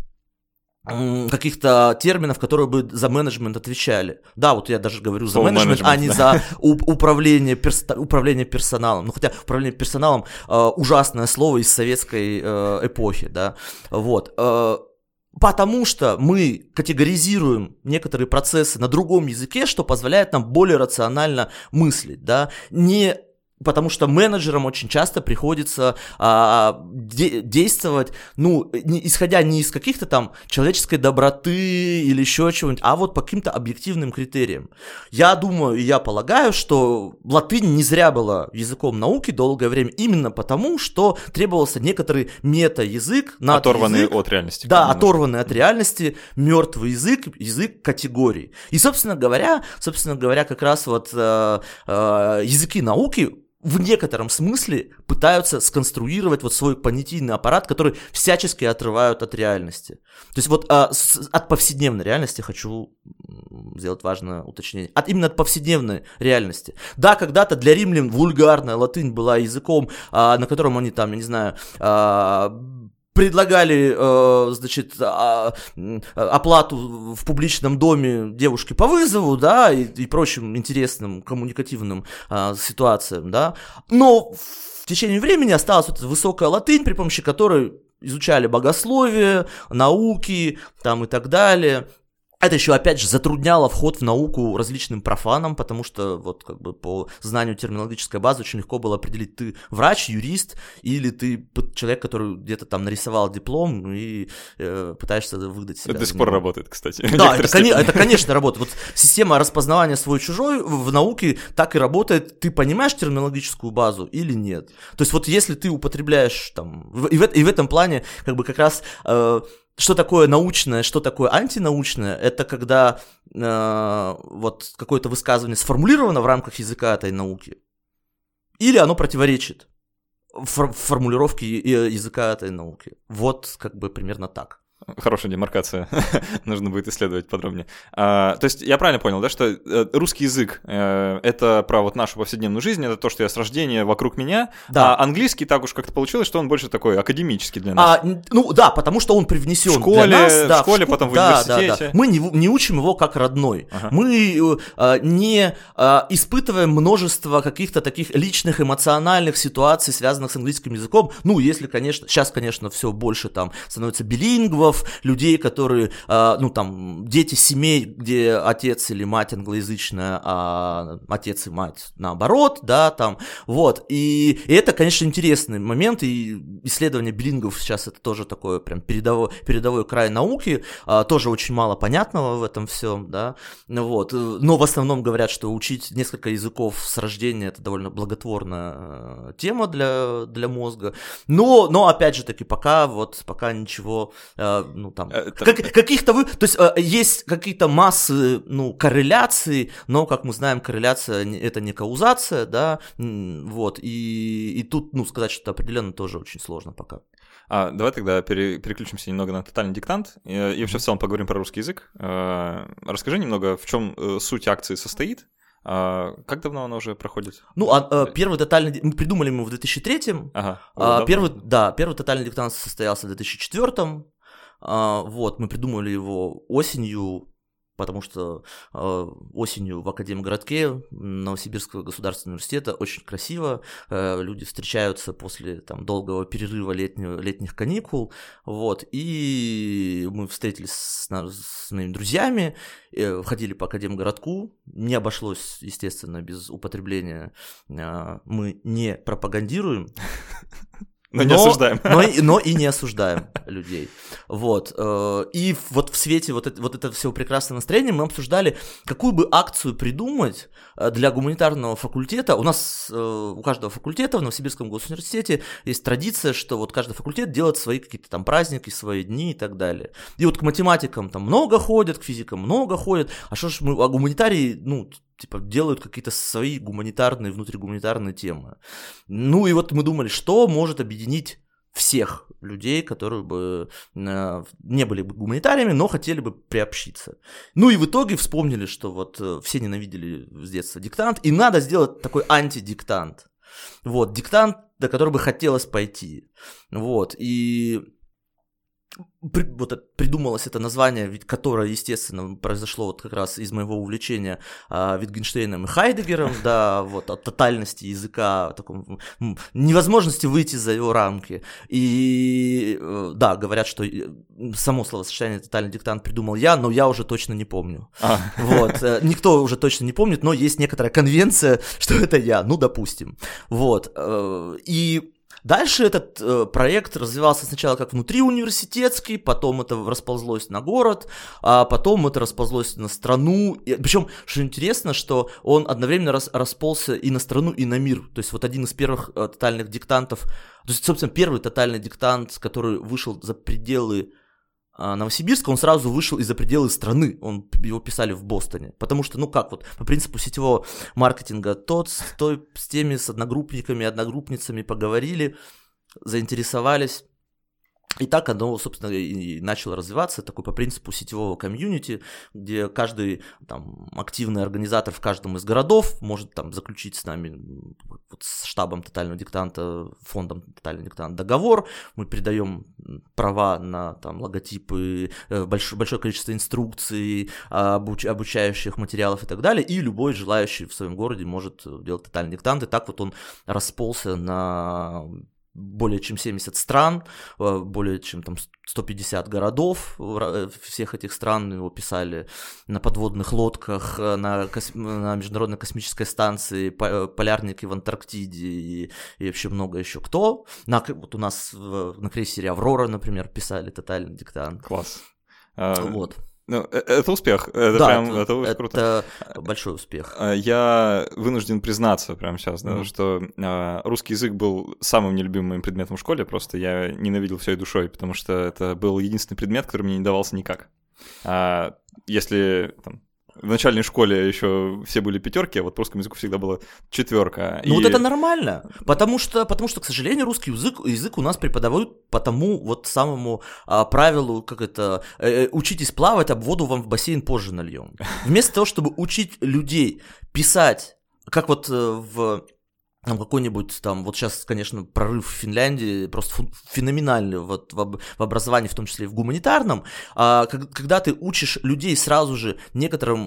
каких-то терминов, которые бы за менеджмент отвечали. Да, вот я даже говорю за менеджмент, а не за управление персоналом. Ну, хотя управление персоналом ужасное слово из советской эпохи, да. Вот. Потому что мы категоризируем некоторые процессы на другом языке, что позволяет нам более рационально мыслить, да. Не потому что менеджерам очень часто приходится действовать, исходя не из каких-то там человеческой доброты или еще чего-нибудь, а вот по каким-то объективным критериям. Я думаю и я полагаю, что латынь не зря была языком науки долгое время, именно потому, что требовался некоторый мета-язык, оторванный от реальности. Да, оторванный от реальности, мертвый язык категорий. И, собственно говоря, как раз вот языки науки в некотором смысле пытаются сконструировать вот свой понятийный аппарат, который всячески отрывают от реальности. То есть вот от повседневной реальности хочу сделать важное уточнение. Именно от повседневной реальности. Да, когда-то для римлян вульгарная латынь была языком, на котором они там, я не знаю, предлагали, оплату в публичном доме девушке по вызову, да, и прочим интересным коммуникативным ситуациям, да, но в течение времени осталась вот эта высокая латынь, при помощи которой изучали богословие, науки там и так далее. Это еще, опять же, затрудняло вход в науку различным профанам, потому что вот как бы по знанию терминологической базы очень легко было определить, ты врач, юрист, или ты человек, который где-то там нарисовал диплом и пытаешься выдать себя. Это до сих пор работает, кстати. Да, это, конечно, работает. Вот система распознавания свой-чужой в науке так и работает. Ты понимаешь терминологическую базу или нет? То есть вот если ты употребляешь там... И в этом плане как бы как раз... Что такое научное, что такое антинаучное, это когда вот какое-то высказывание сформулировано в рамках языка этой науки, или оно противоречит формулировке языка этой науки. Вот как бы примерно так. Хорошая демаркация, нужно будет исследовать подробнее. То есть я правильно понял, да, что русский язык — это про вот нашу повседневную жизнь, это то, что я с рождения, вокруг меня, да. А английский так уж как-то получилось, что он больше такой академический для нас. Ну да, потому что он привнесен в школе, для нас. Да, в школе, потом в университете. Да. Мы не учим его как родной. Мы не испытываем множество каких-то таких личных эмоциональных ситуаций, связанных с английским языком. Ну, если, конечно, сейчас, конечно, все больше там становится билингвов, людей, которые, ну там, дети семей, где отец или мать англоязычная, а отец и мать наоборот, да, там, вот, и это, конечно, интересный момент, и исследование билингвов сейчас это тоже такое прям передовой край науки, тоже очень мало понятного в этом всем, да, вот, но в основном говорят, что учить несколько языков с рождения это довольно благотворная тема для мозга, но опять же таки, пока ничего, ну там, каких-то то есть есть какие-то массы, ну, корреляций, но, как мы знаем, корреляция это не каузация, да, вот, и тут, ну, сказать что-то определенно тоже очень сложно пока. Давай тогда переключимся немного на тотальный диктант и вообще в целом поговорим про русский язык. Расскажи немного, в чем суть акции состоит. Как давно она уже проходит? Ну, первый тотальный... Мы придумали мы в 2003-м. Первый тотальный диктант состоялся в 2004-м. Вот, мы придумали его осенью, потому что осенью в Академгородке Новосибирского государственного университета очень красиво, люди встречаются после там долгого перерыва летних каникул, вот, и мы встретились с моими друзьями, ходили по Академгородку, не обошлось, естественно, без употребления, мы не пропагандируем, но не осуждаем. Но и не осуждаем людей. Вот. И вот в свете вот этого всего прекрасного настроения мы обсуждали, какую бы акцию придумать для гуманитарного факультета. У нас, у каждого факультета в Новосибирском госуниверситете есть традиция, что вот каждый факультет делает свои какие-то там праздники, свои дни и так далее. И вот к математикам там много ходят, к физикам много ходят. А что ж мы, гуманитарии, ну, типа, делают какие-то свои гуманитарные, внутригуманитарные темы. Ну и вот мы думали, что может объединить всех людей, которые бы не были бы гуманитариями, но хотели бы приобщиться. Ну и в итоге вспомнили, что вот все ненавидели с детства диктант, и надо сделать такой антидиктант. Вот, диктант, до которого бы хотелось пойти. Вот, и... Вот придумалось это название, которое, естественно, произошло вот как раз из моего увлечения Витгенштейном и Хайдеггером, да, вот от тотальности языка, таком, невозможности выйти за его рамки. И да, говорят, что само словосочетание «тотальный диктант» придумал я, но я уже точно не помню. Вот, никто уже точно не помнит, но есть некоторая конвенция, что это я, ну, допустим. Вот, и... Дальше этот проект развивался сначала как внутриуниверситетский, потом это расползлось на город, а потом это расползлось на страну. Причем, что интересно, что он одновременно расползся и на страну, и на мир. То есть вот один из первых тотальных диктантов, то есть, собственно, первый тотальный диктант, который вышел за пределы Новосибирска, он сразу вышел из-за пределы страны, его писали в Бостоне, потому что, ну как вот, по принципу сетевого маркетинга, с теми, с одногруппниками, одногруппницами поговорили, заинтересовались, И так оно, собственно, и начало развиваться, такой по принципу сетевого комьюнити, где каждый там активный организатор в каждом из городов может там заключить с нами, вот, с штабом тотального диктанта, фондом тотального диктанта договор, мы передаем права на там логотипы, большое количество инструкций, обучающих материалов и так далее, и любой желающий в своем городе может делать тотальный диктант, и так вот он расползся на более чем 70 стран, более чем там 150 городов всех этих стран, его писали на подводных лодках, на Международной космической станции, полярники в Антарктиде и вообще много еще кто. Вот у нас на крейсере «Аврора», например, писали тотальный диктант. Класс. Вот. Ну, это успех, это очень круто. Это большой успех. Я вынужден признаться прямо сейчас, да, что русский язык был самым нелюбимым моим предметом в школе, просто я ненавидел всей душой, потому что это был единственный предмет, который мне не давался никак. Если там, в начальной школе еще все были пятерки, а вот по русскому языку всегда была 4. Ну вот это нормально, потому что, к сожалению, русский язык у нас преподают по тому вот самому правилу, как это, учитесь плавать, а воду вам в бассейн позже нальем. Вместо того, чтобы учить людей писать, как вот в... какой-нибудь там, вот сейчас, конечно, прорыв в Финляндии просто феноменальный вот в образовании, в том числе и в гуманитарном, когда ты учишь людей сразу же некоторым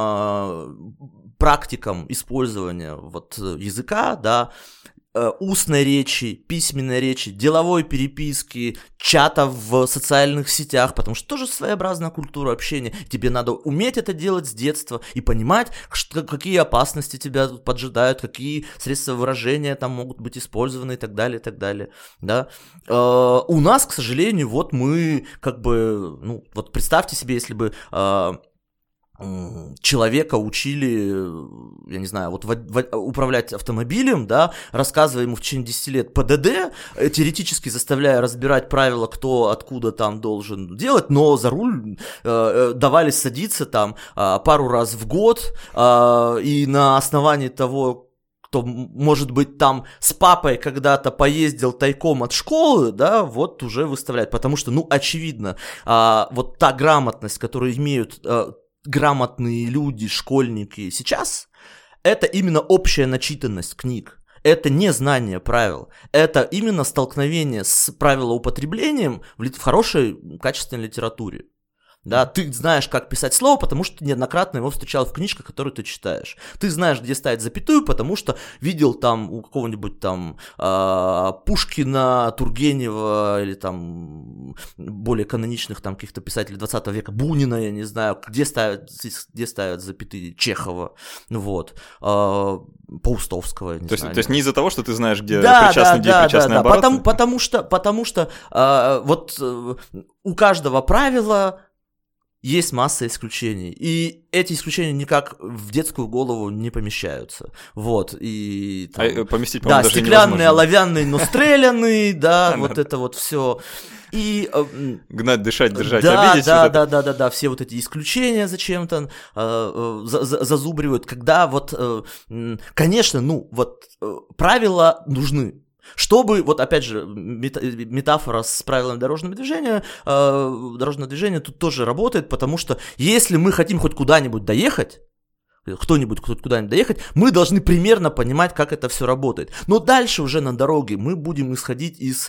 практикам использования вот языка, да, устной речи, письменной речи, деловой переписки, чата в социальных сетях, потому что тоже своеобразная культура общения. Тебе надо уметь это делать с детства и понимать, какие опасности тебя поджидают, какие средства выражения там могут быть использованы и так далее, и так далее. Да? У нас, к сожалению, вот мы как бы, ну, вот представьте себе, если бы... человека учили, я не знаю, вот управлять автомобилем, да, рассказывая ему в течение 10 лет ПДД, теоретически заставляя разбирать правила, кто откуда там должен делать, но за руль давали садиться там пару раз в год, и на основании того, кто, может быть, там с папой когда-то поездил тайком от школы, да, вот уже выставлять, потому что, ну, очевидно, вот та грамотность, которую имеют грамотные люди, школьники сейчас, это именно общая начитанность книг. Это не знание правил. Это именно столкновение с правилоупотреблением в хорошей, качественной литературе. Да, ты знаешь, как писать слово, потому что ты неоднократно его встречал в книжках, которые ты читаешь. Ты знаешь, где ставить запятую, потому что видел там у какого-нибудь там Пушкина, Тургенева или там более каноничных там каких-то писателей 20 века, Бунина, я не знаю, где ставят запятые, Чехова, вот, Паустовского, не знаю. То есть не из-за того, что ты знаешь, где причастный, где причастный оборот? Потому что вот у каждого правила есть масса исключений, и эти исключения никак в детскую голову не помещаются, вот, и... Там, поместить, по-моему, даже стеклянные, невозможно. оловянные, но стрелянные, да, вот это вот все. И... Гнать, дышать, держать, обидеть. Да, все вот эти исключения зачем-то зазубривают, когда вот, конечно, ну, вот правила нужны. Чтобы, вот опять же, метафора с правилами дорожного движения тут тоже работает, потому что если мы хотим хоть куда-нибудь доехать, куда-нибудь доехать, мы должны примерно понимать, как это все работает. Но дальше уже на дороге мы будем исходить из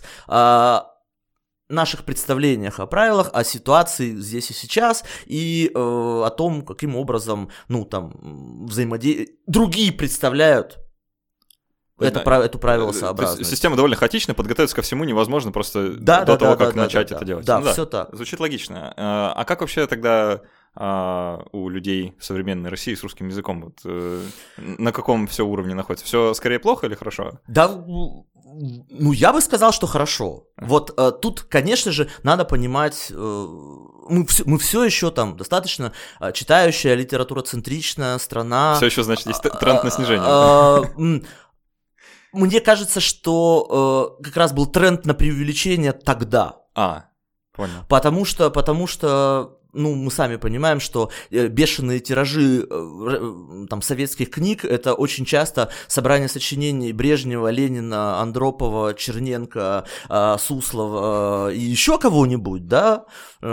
наших представлениях о правилах, о ситуации здесь и сейчас, и о том, каким образом, ну, там, другие представляют эту правилосообразность. Система довольно хаотичная, подготовиться ко всему невозможно просто до того, как начать это делать. Да, все так. Звучит логично. А как вообще тогда у людей в современной России с русским языком? Вот, на каком все уровне находится? Все скорее плохо или хорошо? Да, ну я бы сказал, что хорошо. Вот тут, конечно же, надо понимать, мы все еще там достаточно читающая, литературоцентричная страна. Все еще, значит, есть тренд на снижение. Мне кажется, что как раз был тренд на преувеличение тогда. Понял. Потому что ну, мы сами понимаем, что бешеные тиражи там советских книг — это очень часто собрание сочинений Брежнева, Ленина, Андропова, Черненко, Суслова и еще кого-нибудь, да.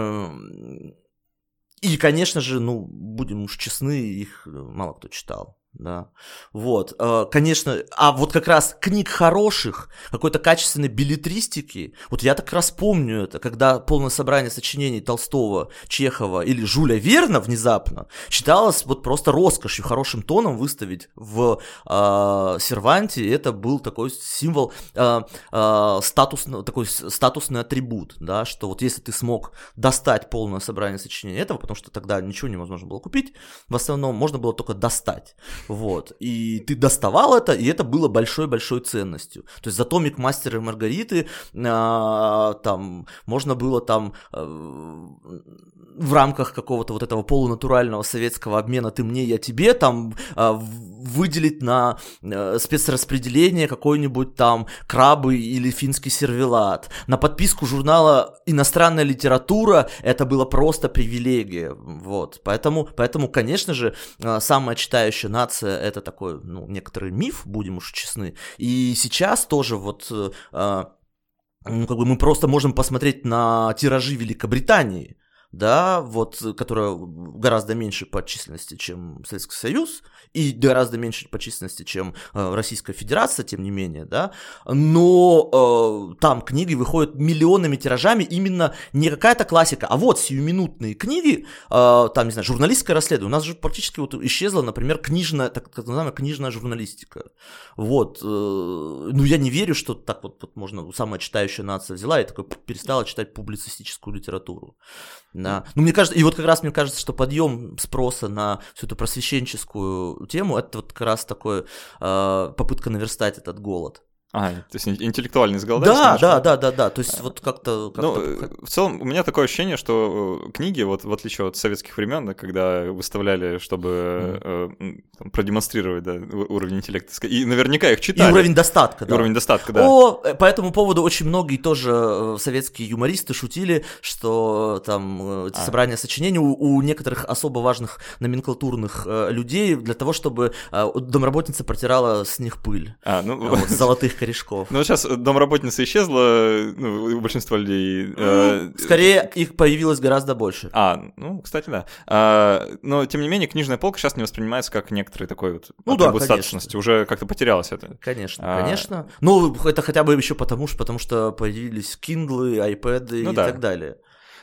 И, конечно же, ну, будем уж честны, их мало кто читал. Да, вот, конечно, а вот как раз книг хороших, какой-то качественной беллетристики, вот я так раз помню это, когда полное собрание сочинений Толстого, Чехова или Жюля Верна внезапно считалось вот просто роскошью, хорошим тоном выставить в серванте, и это был такой символ, такой статусный атрибут, да, что вот если ты смог достать полное собрание сочинений этого, потому что тогда ничего невозможно было купить, в основном можно было только достать. Вот, и ты доставал это, и это было большой-большой ценностью. То есть за томик «Мастера и Маргариты» там можно было там в рамках какого-то вот этого полунатурального советского обмена «ты мне, я тебе» там выделить на спецраспределение какой-нибудь там крабы или финский сервелат. На подписку журнала «Иностранная литература» это было просто привилегия. Вот, поэтому, конечно же, самая читающая нация — это такой, ну, некоторый миф, будем уж честны. И сейчас тоже вот, как бы мы просто можем посмотреть на тиражи Великобритании, да, вот, которая гораздо меньше по численности, чем Советский Союз, и гораздо меньше по численности, чем Российская Федерация, тем не менее, да, но там книги выходят миллионными тиражами, именно не какая-то классика, а вот сиюминутные книги, там, не знаю, журналистское расследование, у нас же практически вот исчезла, например, книжная, так называемая книжная журналистика, вот, ну, я не верю, что так вот можно, самая читающая нация взяла и такой перестала читать публицистическую литературу. Да. Ну, мне кажется, и вот как раз мне кажется, что подъем спроса на всю эту просвещенческую тему — это вот как раз такой попытка наверстать этот голод. То есть интеллектуальный сголодание. Да. То есть вот как-то... Ну, в целом, у меня такое ощущение, что книги, вот в отличие от советских времен, да, когда выставляли, чтобы продемонстрировать, да, уровень интеллекта, и наверняка их читали. И уровень достатка, да. Уровень достатка, да. По этому поводу очень многие тоже советские юмористы шутили, что там эти собрания сочинений у некоторых особо важных номенклатурных людей для того, чтобы домработница протирала с них пыль. Вот, золотых корешков. Ну, сейчас домработница исчезла, ну, у большинства людей. Скорее, их появилось гораздо больше. Ну, кстати, да. Но, тем не менее, книжная полка сейчас не воспринимается как некоторый такой вот атрибут статусности. Уже как-то потерялось это. Конечно. Ну, это хотя бы еще потому что появились Kindle, iPad и так далее.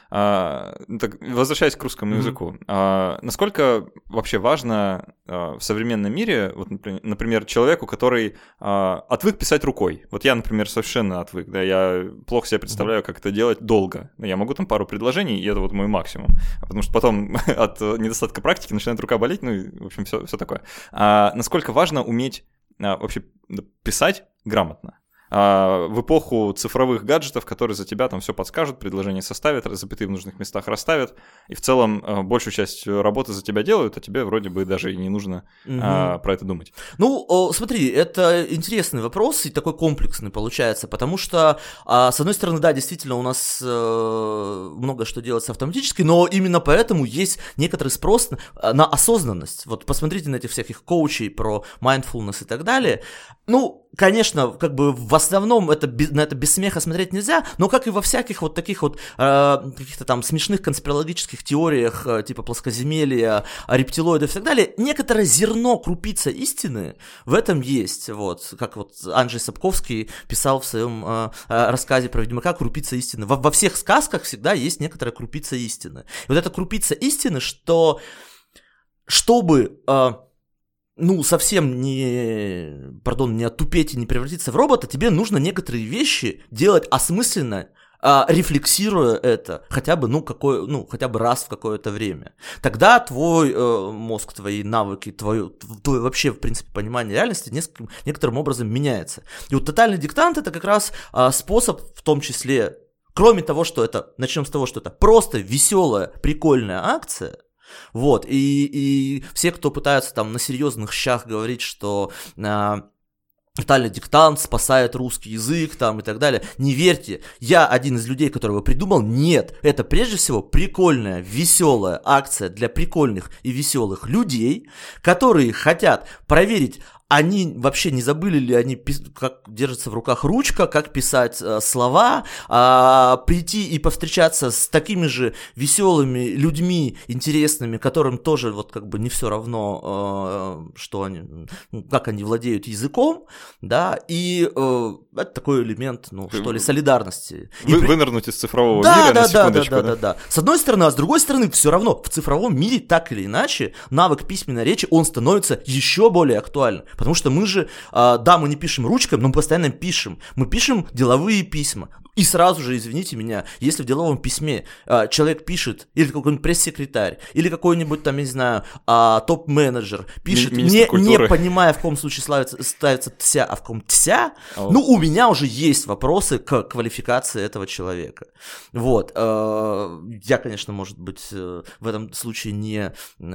Так, возвращаясь к русскому языку, насколько вообще важно в современном мире, вот, например, человеку, который отвык писать рукой. Вот я, например, совершенно отвык, да, я плохо себе представляю, как это делать долго. Я могу там пару предложений, и это вот мой максимум. Потому что потом от недостатка практики начинает рука болеть, ну и, в общем, все такое. Насколько важно уметь вообще писать грамотно? В эпоху цифровых гаджетов, которые за тебя там все подскажут, предложения составят, запятые в нужных местах расставят, и в целом большую часть работы за тебя делают, а тебе вроде бы даже и не нужно про это думать. Ну, смотри, это интересный вопрос и такой комплексный получается, потому что, с одной стороны, да, действительно, у нас много что делается автоматически, но именно поэтому есть некоторый спрос на осознанность. Вот посмотрите на этих всяких коучей про mindfulness и так далее. Ну, конечно, как бы в основном на это без смеха смотреть нельзя, но как и во всяких вот таких вот каких-то там смешных конспирологических теориях типа плоскоземелья, рептилоидов и так далее, некоторое зерно, крупица истины в этом есть. Вот, как вот Анджей Сапковский писал в своем рассказе про Ведьмака «Крупица истины». Во всех сказках всегда есть некоторая крупица истины. И вот эта крупица истины, что чтобы... ну, совсем не оттупеть и не превратиться в робота, тебе нужно некоторые вещи делать осмысленно, рефлексируя это хотя бы, хотя бы раз в какое-то время. Тогда твой мозг, твои навыки, твое вообще, в принципе, понимание реальности некоторым образом меняется. И вот тотальный диктант — это как раз способ, в том числе, кроме того, что это, начнем с того, что это просто веселая, прикольная акция. Вот, и все, кто пытаются там на серьезных щах говорить, что тотальный диктант спасает русский язык там и так далее. Не верьте, я один из людей, который его придумал. Нет, это прежде всего прикольная, веселая акция для прикольных и веселых людей, которые хотят проверить, они вообще не забыли ли они, как держится в руках ручка, как писать слова, прийти и повстречаться с такими же веселыми людьми, интересными, которым тоже вот как бы не все равно, что они, как они владеют языком, да, и это такой элемент, ну, что ли, солидарности. Вынырнуть из цифрового мира на секундочку. Да. С одной стороны, а с другой стороны, все равно в цифровом мире так или иначе навык письменной речи, он становится еще более актуальным. Потому что мы же, да, мы не пишем ручкой, но мы постоянно пишем. Мы пишем деловые письма. И сразу же, извините меня, если в деловом письме человек пишет, или какой-нибудь пресс-секретарь, или какой-нибудь там, я не знаю, топ-менеджер пишет, не понимая, в каком случае ставится тся, а в каком тся, ну, у меня уже есть вопросы к квалификации этого человека. Вот. Я, конечно, может быть, в этом случае не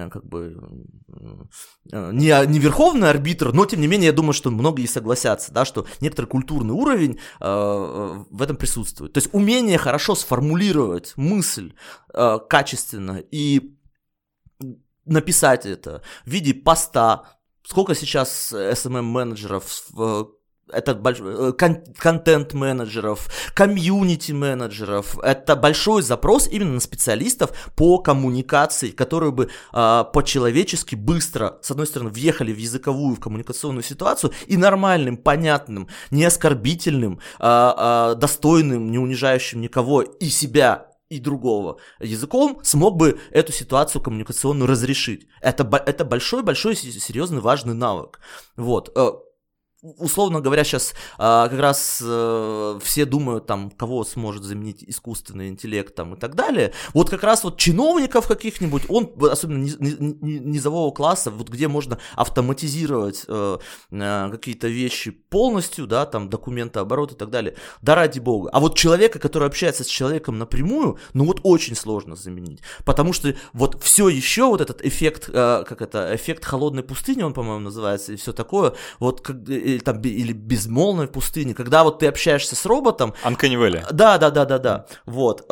верховный арбитр, но, тем не менее, я думаю, что многие согласятся, да, что некоторый культурный уровень в этом присутствует. То есть умение хорошо сформулировать мысль качественно и написать это в виде поста. Сколько сейчас SMM-менеджеров, это контент-менеджеров, комьюнити-менеджеров. Это большой запрос именно на специалистов по коммуникации, которые бы по-человечески быстро, с одной стороны, въехали в языковую, в коммуникационную ситуацию и нормальным, понятным, не оскорбительным, достойным, не унижающим никого и себя, и другого языком смог бы эту ситуацию коммуникационную разрешить. Это большой-большой, серьезный, важный навык. Вот. Условно говоря, сейчас как раз все думают, там, кого сможет заменить искусственный интеллект там, и так далее. Вот как раз вот чиновников каких-нибудь, особенно низового класса, вот где можно автоматизировать какие-то вещи полностью, да, там, документооборот и так далее, да ради бога. А вот человека, который общается с человеком напрямую, ну вот очень сложно заменить. Потому что вот все еще вот этот эффект, эффект холодной пустыни, он, по-моему, называется, и все такое, вот как или безмолвной пустыни, когда вот ты общаешься с роботом. Uncanny Valley. Да. Вот.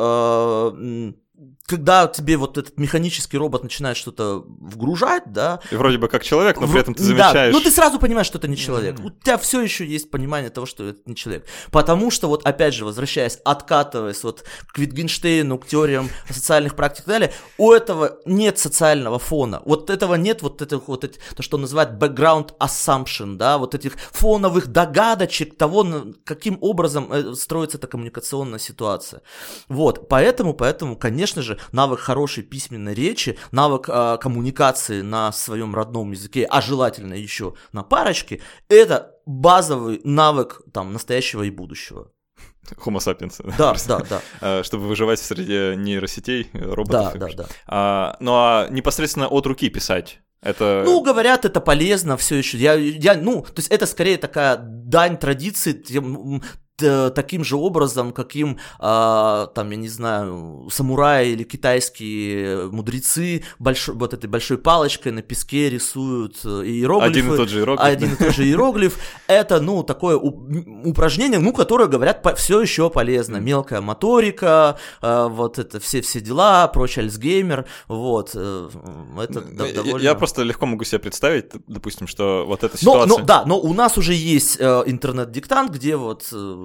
Когда тебе вот этот механический робот начинает что-то вгружать, да. И вроде бы как человек, но при этом ты замечаешь. Да, ну ты сразу понимаешь, что это не человек. У тебя все еще есть понимание того, что это не человек. Потому что, вот опять же, возвращаясь, откатываясь вот к Витгенштейну, к теориям социальных практик и так далее, у этого нет социального фона. Вот этого нет, вот этих вот то, что называют background assumption, да, вот этих фоновых догадочек того, каким образом строится эта коммуникационная ситуация. Вот, поэтому, конечно же, навык хорошей письменной речи, навык коммуникации на своем родном языке, а желательно еще на парочке, это базовый навык там настоящего и будущего. Homo sapiens. Да. Чтобы выживать среди нейросетей, роботов. Да. Ну а непосредственно от руки писать. Это... Ну, говорят, это полезно все еще. То есть это скорее такая дань традиции, таким же образом, каким, там, я не знаю, самураи или китайские мудрецы вот этой большой палочкой на песке рисуют иероглифы. Один и тот же иероглиф. Это, такое упражнение, которое, говорят, все еще полезно. Мелкая моторика, вот это все дела, прочь Альцгеймер, вот. Это довольно... Я просто легко могу себе представить, допустим, что вот эта ситуация... Но у нас уже есть интернет-диктант, где вот...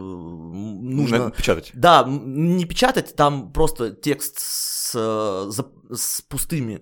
нужно печатать. Да, не печатать, там просто текст с пустыми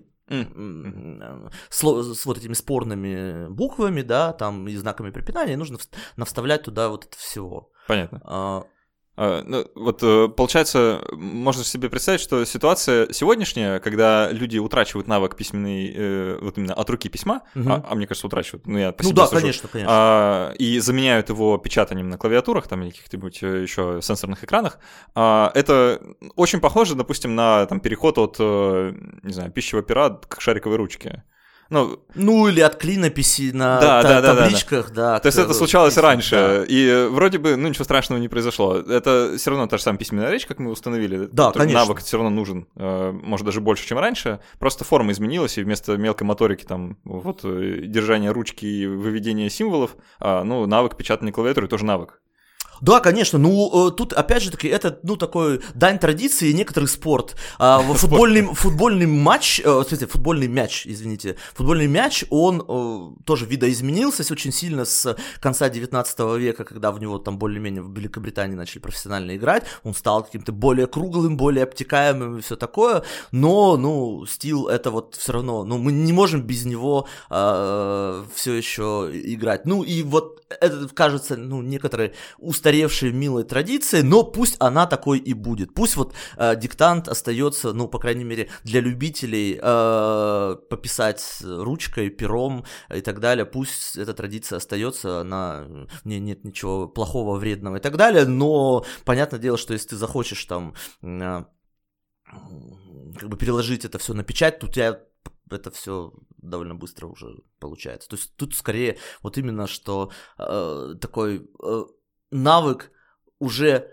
с вот этими спорными буквами, да, там и знаками препинания, и нужно навставлять туда вот это всего. Понятно. Вот получается, можно себе представить, что ситуация сегодняшняя, когда люди утрачивают навык письменный, вот именно от руки письма, а мне кажется, утрачивают, я по себе сужу, конечно. И заменяют его печатанием на клавиатурах там, или каких-нибудь еще сенсорных экранах, это очень похоже, допустим, на там, переход от, не знаю, пищевого пера к шариковой ручке. Ну, или от клинописи на табличках, да. То есть это случалось раньше, и вроде бы, ничего страшного не произошло. Это все равно та же самая письменная речь, как мы установили. Да, конечно. Навык все равно нужен, может, даже больше, чем раньше. Просто форма изменилась, и вместо мелкой моторики, там, вот, держания ручки и выведения символов, навык печатания клавиатуры тоже навык. Да, конечно, тут, опять же таки, это, такой дань традиции и некоторый спорт. Футбольный мяч, он тоже видоизменился очень сильно с конца 19 века, когда в него там более-менее в Великобритании начали профессионально играть, он стал каким-то более круглым, более обтекаемым и все такое, но, стил это вот все равно, мы не можем без него все еще играть. И вот это, кажется, некоторые устаревшей милой традиции, но пусть она такой и будет. Пусть вот диктант остается, по крайней мере, для любителей пописать ручкой, пером и так далее. Пусть эта традиция остается, в ней нет ничего плохого, вредного и так далее, но понятное дело, что если ты захочешь там как бы переложить это все на печать, то у тебя это все довольно быстро уже получается. То есть тут скорее вот именно, что такой навык уже,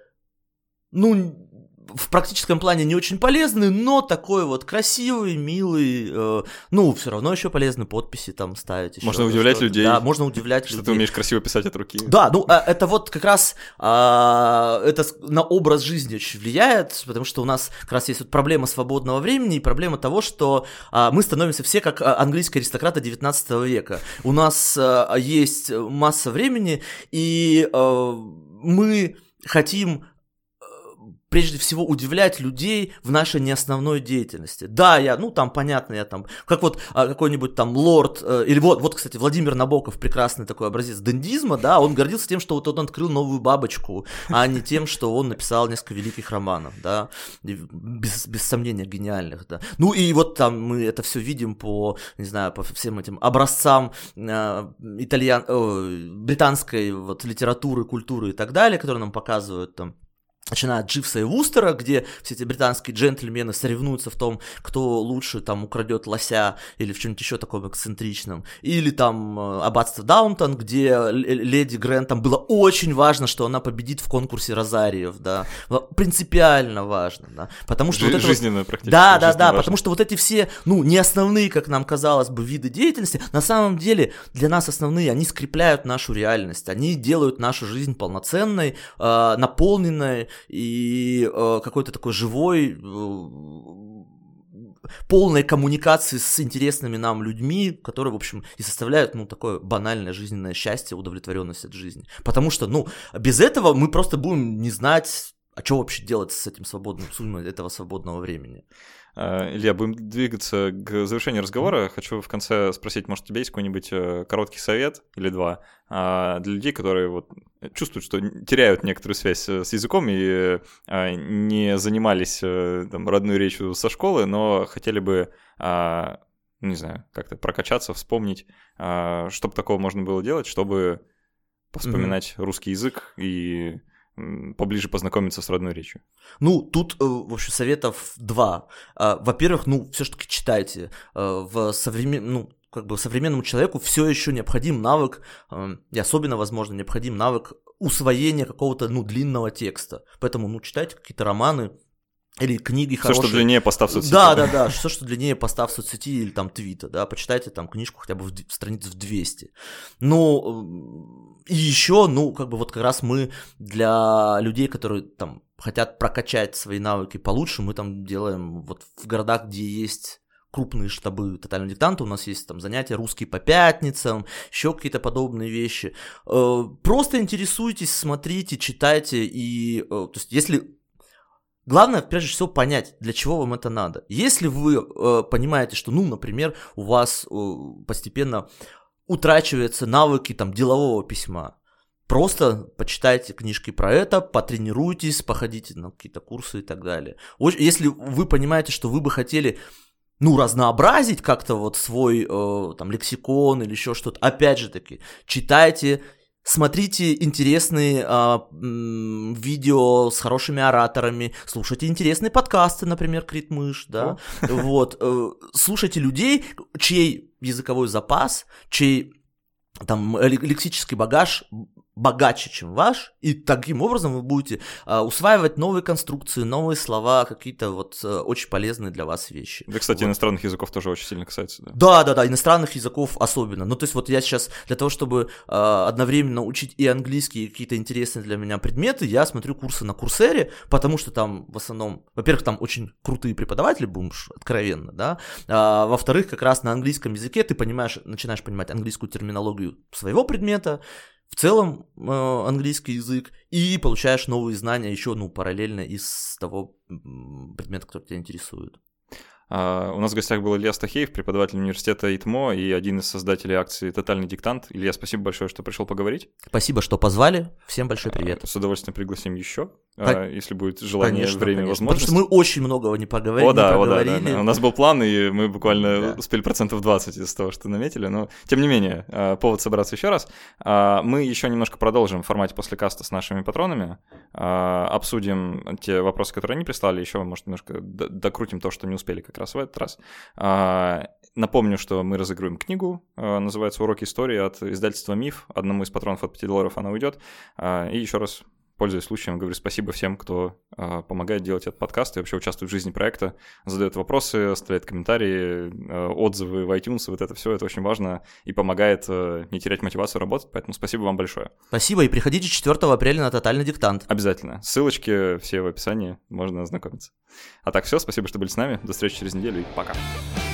в практическом плане не очень полезный, но такой вот красивый, милый, все равно еще полезны подписи там ставить. Еще можно удивлять людей. Да, можно удивлять людей. Что ты умеешь красиво писать от руки. Да, это вот как раз это на образ жизни очень влияет, потому что у нас как раз есть вот проблема свободного времени и проблема того, что мы становимся все как английские аристократы 19 века. У нас есть масса времени, и мы хотим прежде всего удивлять людей в нашей неосновной деятельности. Да, понятно, я там, как вот какой-нибудь там лорд, или вот, кстати, Владимир Набоков, прекрасный такой образец дендизма, да, он гордился тем, что вот он открыл новую бабочку, а не тем, что он написал несколько великих романов, да, без сомнения гениальных, да. И вот там мы это все видим по всем этим образцам британской вот литературы, культуры и так далее, которые нам показывают там, начиная от Дживса и Вустера, где все эти британские джентльмены соревнуются в том, кто лучше там украдет лося или в чем-нибудь еще таком эксцентричном, или там Аббатство Даунтон, где леди Грент, там было очень важно, что она победит в конкурсе розариев, да, принципиально важно, да, потому что жизненно практически. Да, потому что вот эти все, не основные, как нам казалось бы, виды деятельности, на самом деле для нас основные, они скрепляют нашу реальность, они делают нашу жизнь полноценной, наполненной и какой-то такой живой, полной коммуникации с интересными нам людьми, которые, в общем, и составляют, такое банальное жизненное счастье, удовлетворенность от жизни. Потому что, без этого мы просто будем не знать, что вообще делать с этим суммой этого свободного времени. Илья, будем двигаться к завершению разговора. Хочу в конце спросить, может, у тебя есть какой-нибудь короткий совет или два для людей, которые вот чувствуют, что теряют некоторую связь с языком и не занимались там, родной речью со школы, но хотели бы, не знаю, как-то прокачаться, вспомнить, чтобы такого можно было делать, чтобы вспоминать русский язык и поближе познакомиться с родной речью? Тут, в общем, советов два. Во-первых, все-таки читайте. Современному человеку все еще необходим навык, и особенно, возможно, необходим навык усвоения какого-то, длинного текста. Поэтому, читайте какие-то романы, или книги все, хорошие. Что длиннее, поставь в соцсети. Да, все, что длиннее, поставь в соцсети или там твита, да, почитайте там книжку хотя бы страниц в 200. И еще, вот как раз мы для людей, которые там хотят прокачать свои навыки получше, мы там делаем вот в городах, где есть крупные штабы тотального диктанта, у нас есть там занятия русский по пятницам, еще какие-то подобные вещи. Просто интересуйтесь, смотрите, читайте, и то есть если... Главное, прежде всего, понять, для чего вам это надо. Если вы понимаете, что, например, у вас постепенно утрачиваются навыки там, делового письма, просто почитайте книжки про это, потренируйтесь, походите на какие-то курсы и так далее. Если вы понимаете, что вы бы хотели... разнообразить как-то вот свой там лексикон или еще что-то, опять же таки, читайте смотрите интересные видео с хорошими ораторами, слушайте интересные подкасты, например, Критмыш, да, вот, слушайте людей, чей языковой запас, чей там лексический багаж богаче, чем ваш, и таким образом вы будете усваивать новые конструкции, новые слова, какие-то вот очень полезные для вас вещи. Да, кстати, вот. Иностранных языков тоже очень сильно касается. Да? Да, иностранных языков особенно. Ну, то есть вот я сейчас для того, чтобы одновременно учить и английский, и какие-то интересные для меня предметы, я смотрю курсы на Курсере, потому что там в основном, во-первых, там очень крутые преподаватели, будем уж откровенно, да, во-вторых, как раз на английском языке ты начинаешь понимать английскую терминологию своего предмета, в целом английский язык, и получаешь новые знания еще, параллельно из того предмета, который тебя интересует. У нас в гостях был Илья Стахеев, преподаватель университета ИТМО и один из создателей акции «Тотальный диктант». Илья, спасибо большое, что пришел поговорить. Спасибо, что позвали. Всем большой привет. С удовольствием пригласим еще, если будет желание, время, возможность. Потому что мы очень многого не поговорили. Да. У нас был план, и мы буквально успели 20% из того, что наметили. Но, тем не менее, повод собраться еще раз. Мы еще немножко продолжим в формате после каста с нашими патронами. Обсудим те вопросы, которые они прислали. Еще, может, немножко докрутим то, что не успели как раз в этот раз. Напомню, что мы разыгрываем книгу, называется «Уроки истории» от издательства «Миф». Одному из патронов от $5 она уйдет. И еще раз, пользуясь случаем, говорю спасибо всем, кто помогает делать этот подкаст и вообще участвует в жизни проекта, задает вопросы, оставляет комментарии, отзывы в iTunes. Вот это все, это очень важно и помогает не терять мотивацию работать. Поэтому спасибо вам большое. Спасибо, и приходите 4 апреля на «Тотальный диктант». Обязательно. Ссылочки все в описании, можно ознакомиться. А так все, спасибо, что были с нами. До встречи через неделю и пока.